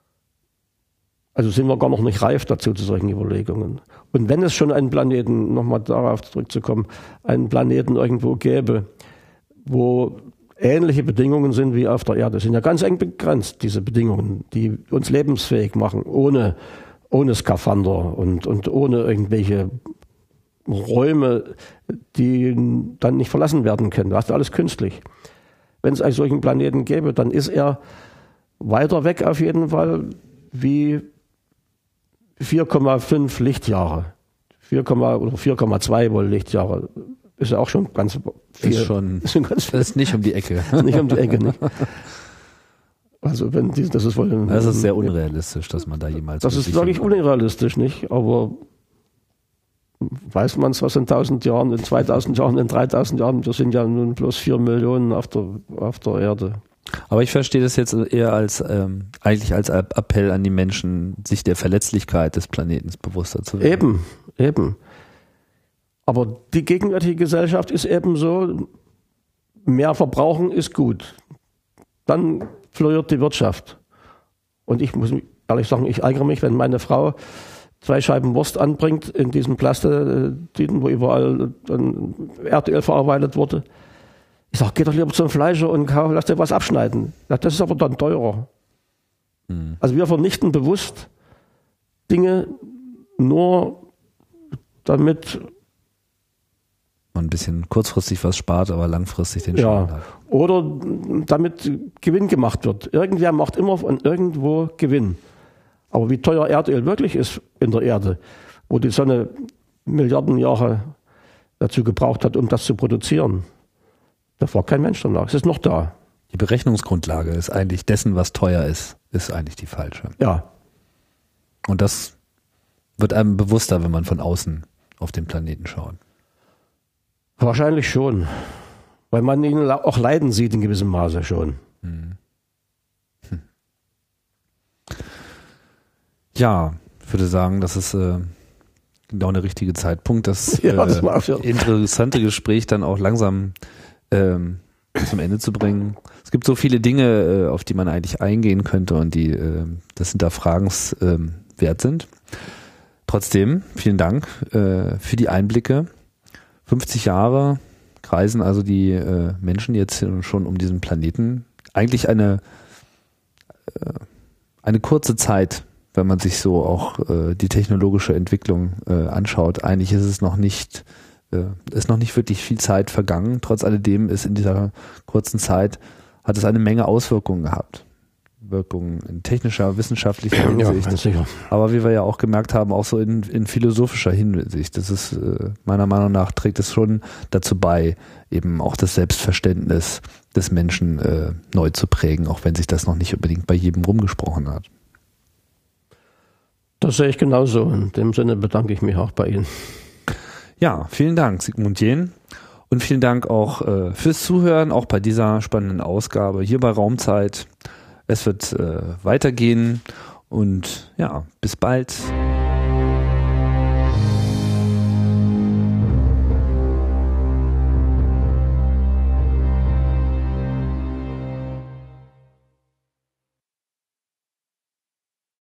Also sind wir gar noch nicht reif dazu, zu solchen Überlegungen. Und wenn es schon einen Planeten, nochmal darauf zurückzukommen, einen Planeten irgendwo gäbe, wo ähnliche Bedingungen sind wie auf der Erde, sind ja ganz eng begrenzt, diese Bedingungen, die uns lebensfähig machen, ohne, ohne Skafander und, und ohne irgendwelche Räume, die dann nicht verlassen werden können. Das ist alles künstlich. Wenn es einen solchen Planeten gäbe, dann ist er weiter weg auf jeden Fall wie vier Komma fünf Lichtjahre. vier, oder vier Komma zwei wohl Lichtjahre. Ist ja auch schon ganz viel. Ist schon, ist schon ganz viel. Das ist nicht um die Ecke. Nicht um die Ecke, nicht. Also wenn die, das ist wohl ein, Das ist sehr unrealistisch, dass man da jemals... Das ist wirklich unrealistisch, nicht? Aber weiß man es, was in tausend Jahren, in zweitausend Jahren, in dreitausend Jahren, wir sind ja nun bloß vier Millionen auf der, auf der Erde. Aber ich verstehe das jetzt eher als ähm, eigentlich als Appell an die Menschen, sich der Verletzlichkeit des Planeten bewusster zu werden. Eben, eben. Aber die gegenwärtige Gesellschaft ist eben so, mehr verbrauchen ist gut. Dann floriert die Wirtschaft. Und ich muss ehrlich sagen, ich ärgere mich, wenn meine Frau zwei Scheiben Wurst anbringt in diesen Plastetüten, wo überall dann Erdöl verarbeitet wurde. Ich sage, geh doch lieber zum Fleischer und kauf, lass dir was abschneiden. Ja, das ist aber dann teurer. Hm. Also wir vernichten bewusst Dinge nur damit man ein bisschen kurzfristig was spart, aber langfristig den ja, Schaden hat. Oder damit Gewinn gemacht wird. Irgendwer macht immer von irgendwo Gewinn. Aber wie teuer Erdöl wirklich ist in der Erde, wo die Sonne Milliarden Jahre dazu gebraucht hat, um das zu produzieren, da fragt kein Mensch danach. Es ist noch da. Die Berechnungsgrundlage ist eigentlich dessen, was teuer ist, ist eigentlich die falsche. Ja. Und das wird einem bewusster, wenn man von außen auf den Planeten schaut. Wahrscheinlich schon. Weil man ihn auch leiden sieht in gewissem Maße schon. Hm. Hm. Ja, ich würde sagen, das ist äh, genau der richtige Zeitpunkt, das, ja, äh, das ja. interessante Gespräch dann auch langsam ähm, zum Ende zu bringen. Es gibt so viele Dinge, äh, auf die man eigentlich eingehen könnte und die äh, das Hinterfragens äh, wert sind. Trotzdem, vielen Dank äh, für die Einblicke. fünfzig Jahre kreisen also die äh, Menschen jetzt schon um diesen Planeten. Eigentlich eine äh, eine kurze Zeit, wenn man sich so auch äh, die technologische Entwicklung äh, anschaut. Eigentlich ist es noch nicht äh, ist noch nicht wirklich viel Zeit vergangen. Trotz alledem ist in dieser kurzen Zeit hat es eine Menge Auswirkungen gehabt. Wirkungen in technischer, wissenschaftlicher Hinsicht. Ja, sicher. Aber wie wir ja auch gemerkt haben, auch so in, in philosophischer Hinsicht. Das ist äh, meiner Meinung nach trägt es schon dazu bei, eben auch das Selbstverständnis des Menschen äh, neu zu prägen, auch wenn sich das noch nicht unbedingt bei jedem rumgesprochen hat. Das sehe ich genauso. In dem Sinne bedanke ich mich auch bei Ihnen. Ja, vielen Dank, Sigmund Jähn. Und vielen Dank auch äh, fürs Zuhören, auch bei dieser spannenden Ausgabe hier bei Raumzeit. Es wird äh, weitergehen und ja, bis bald.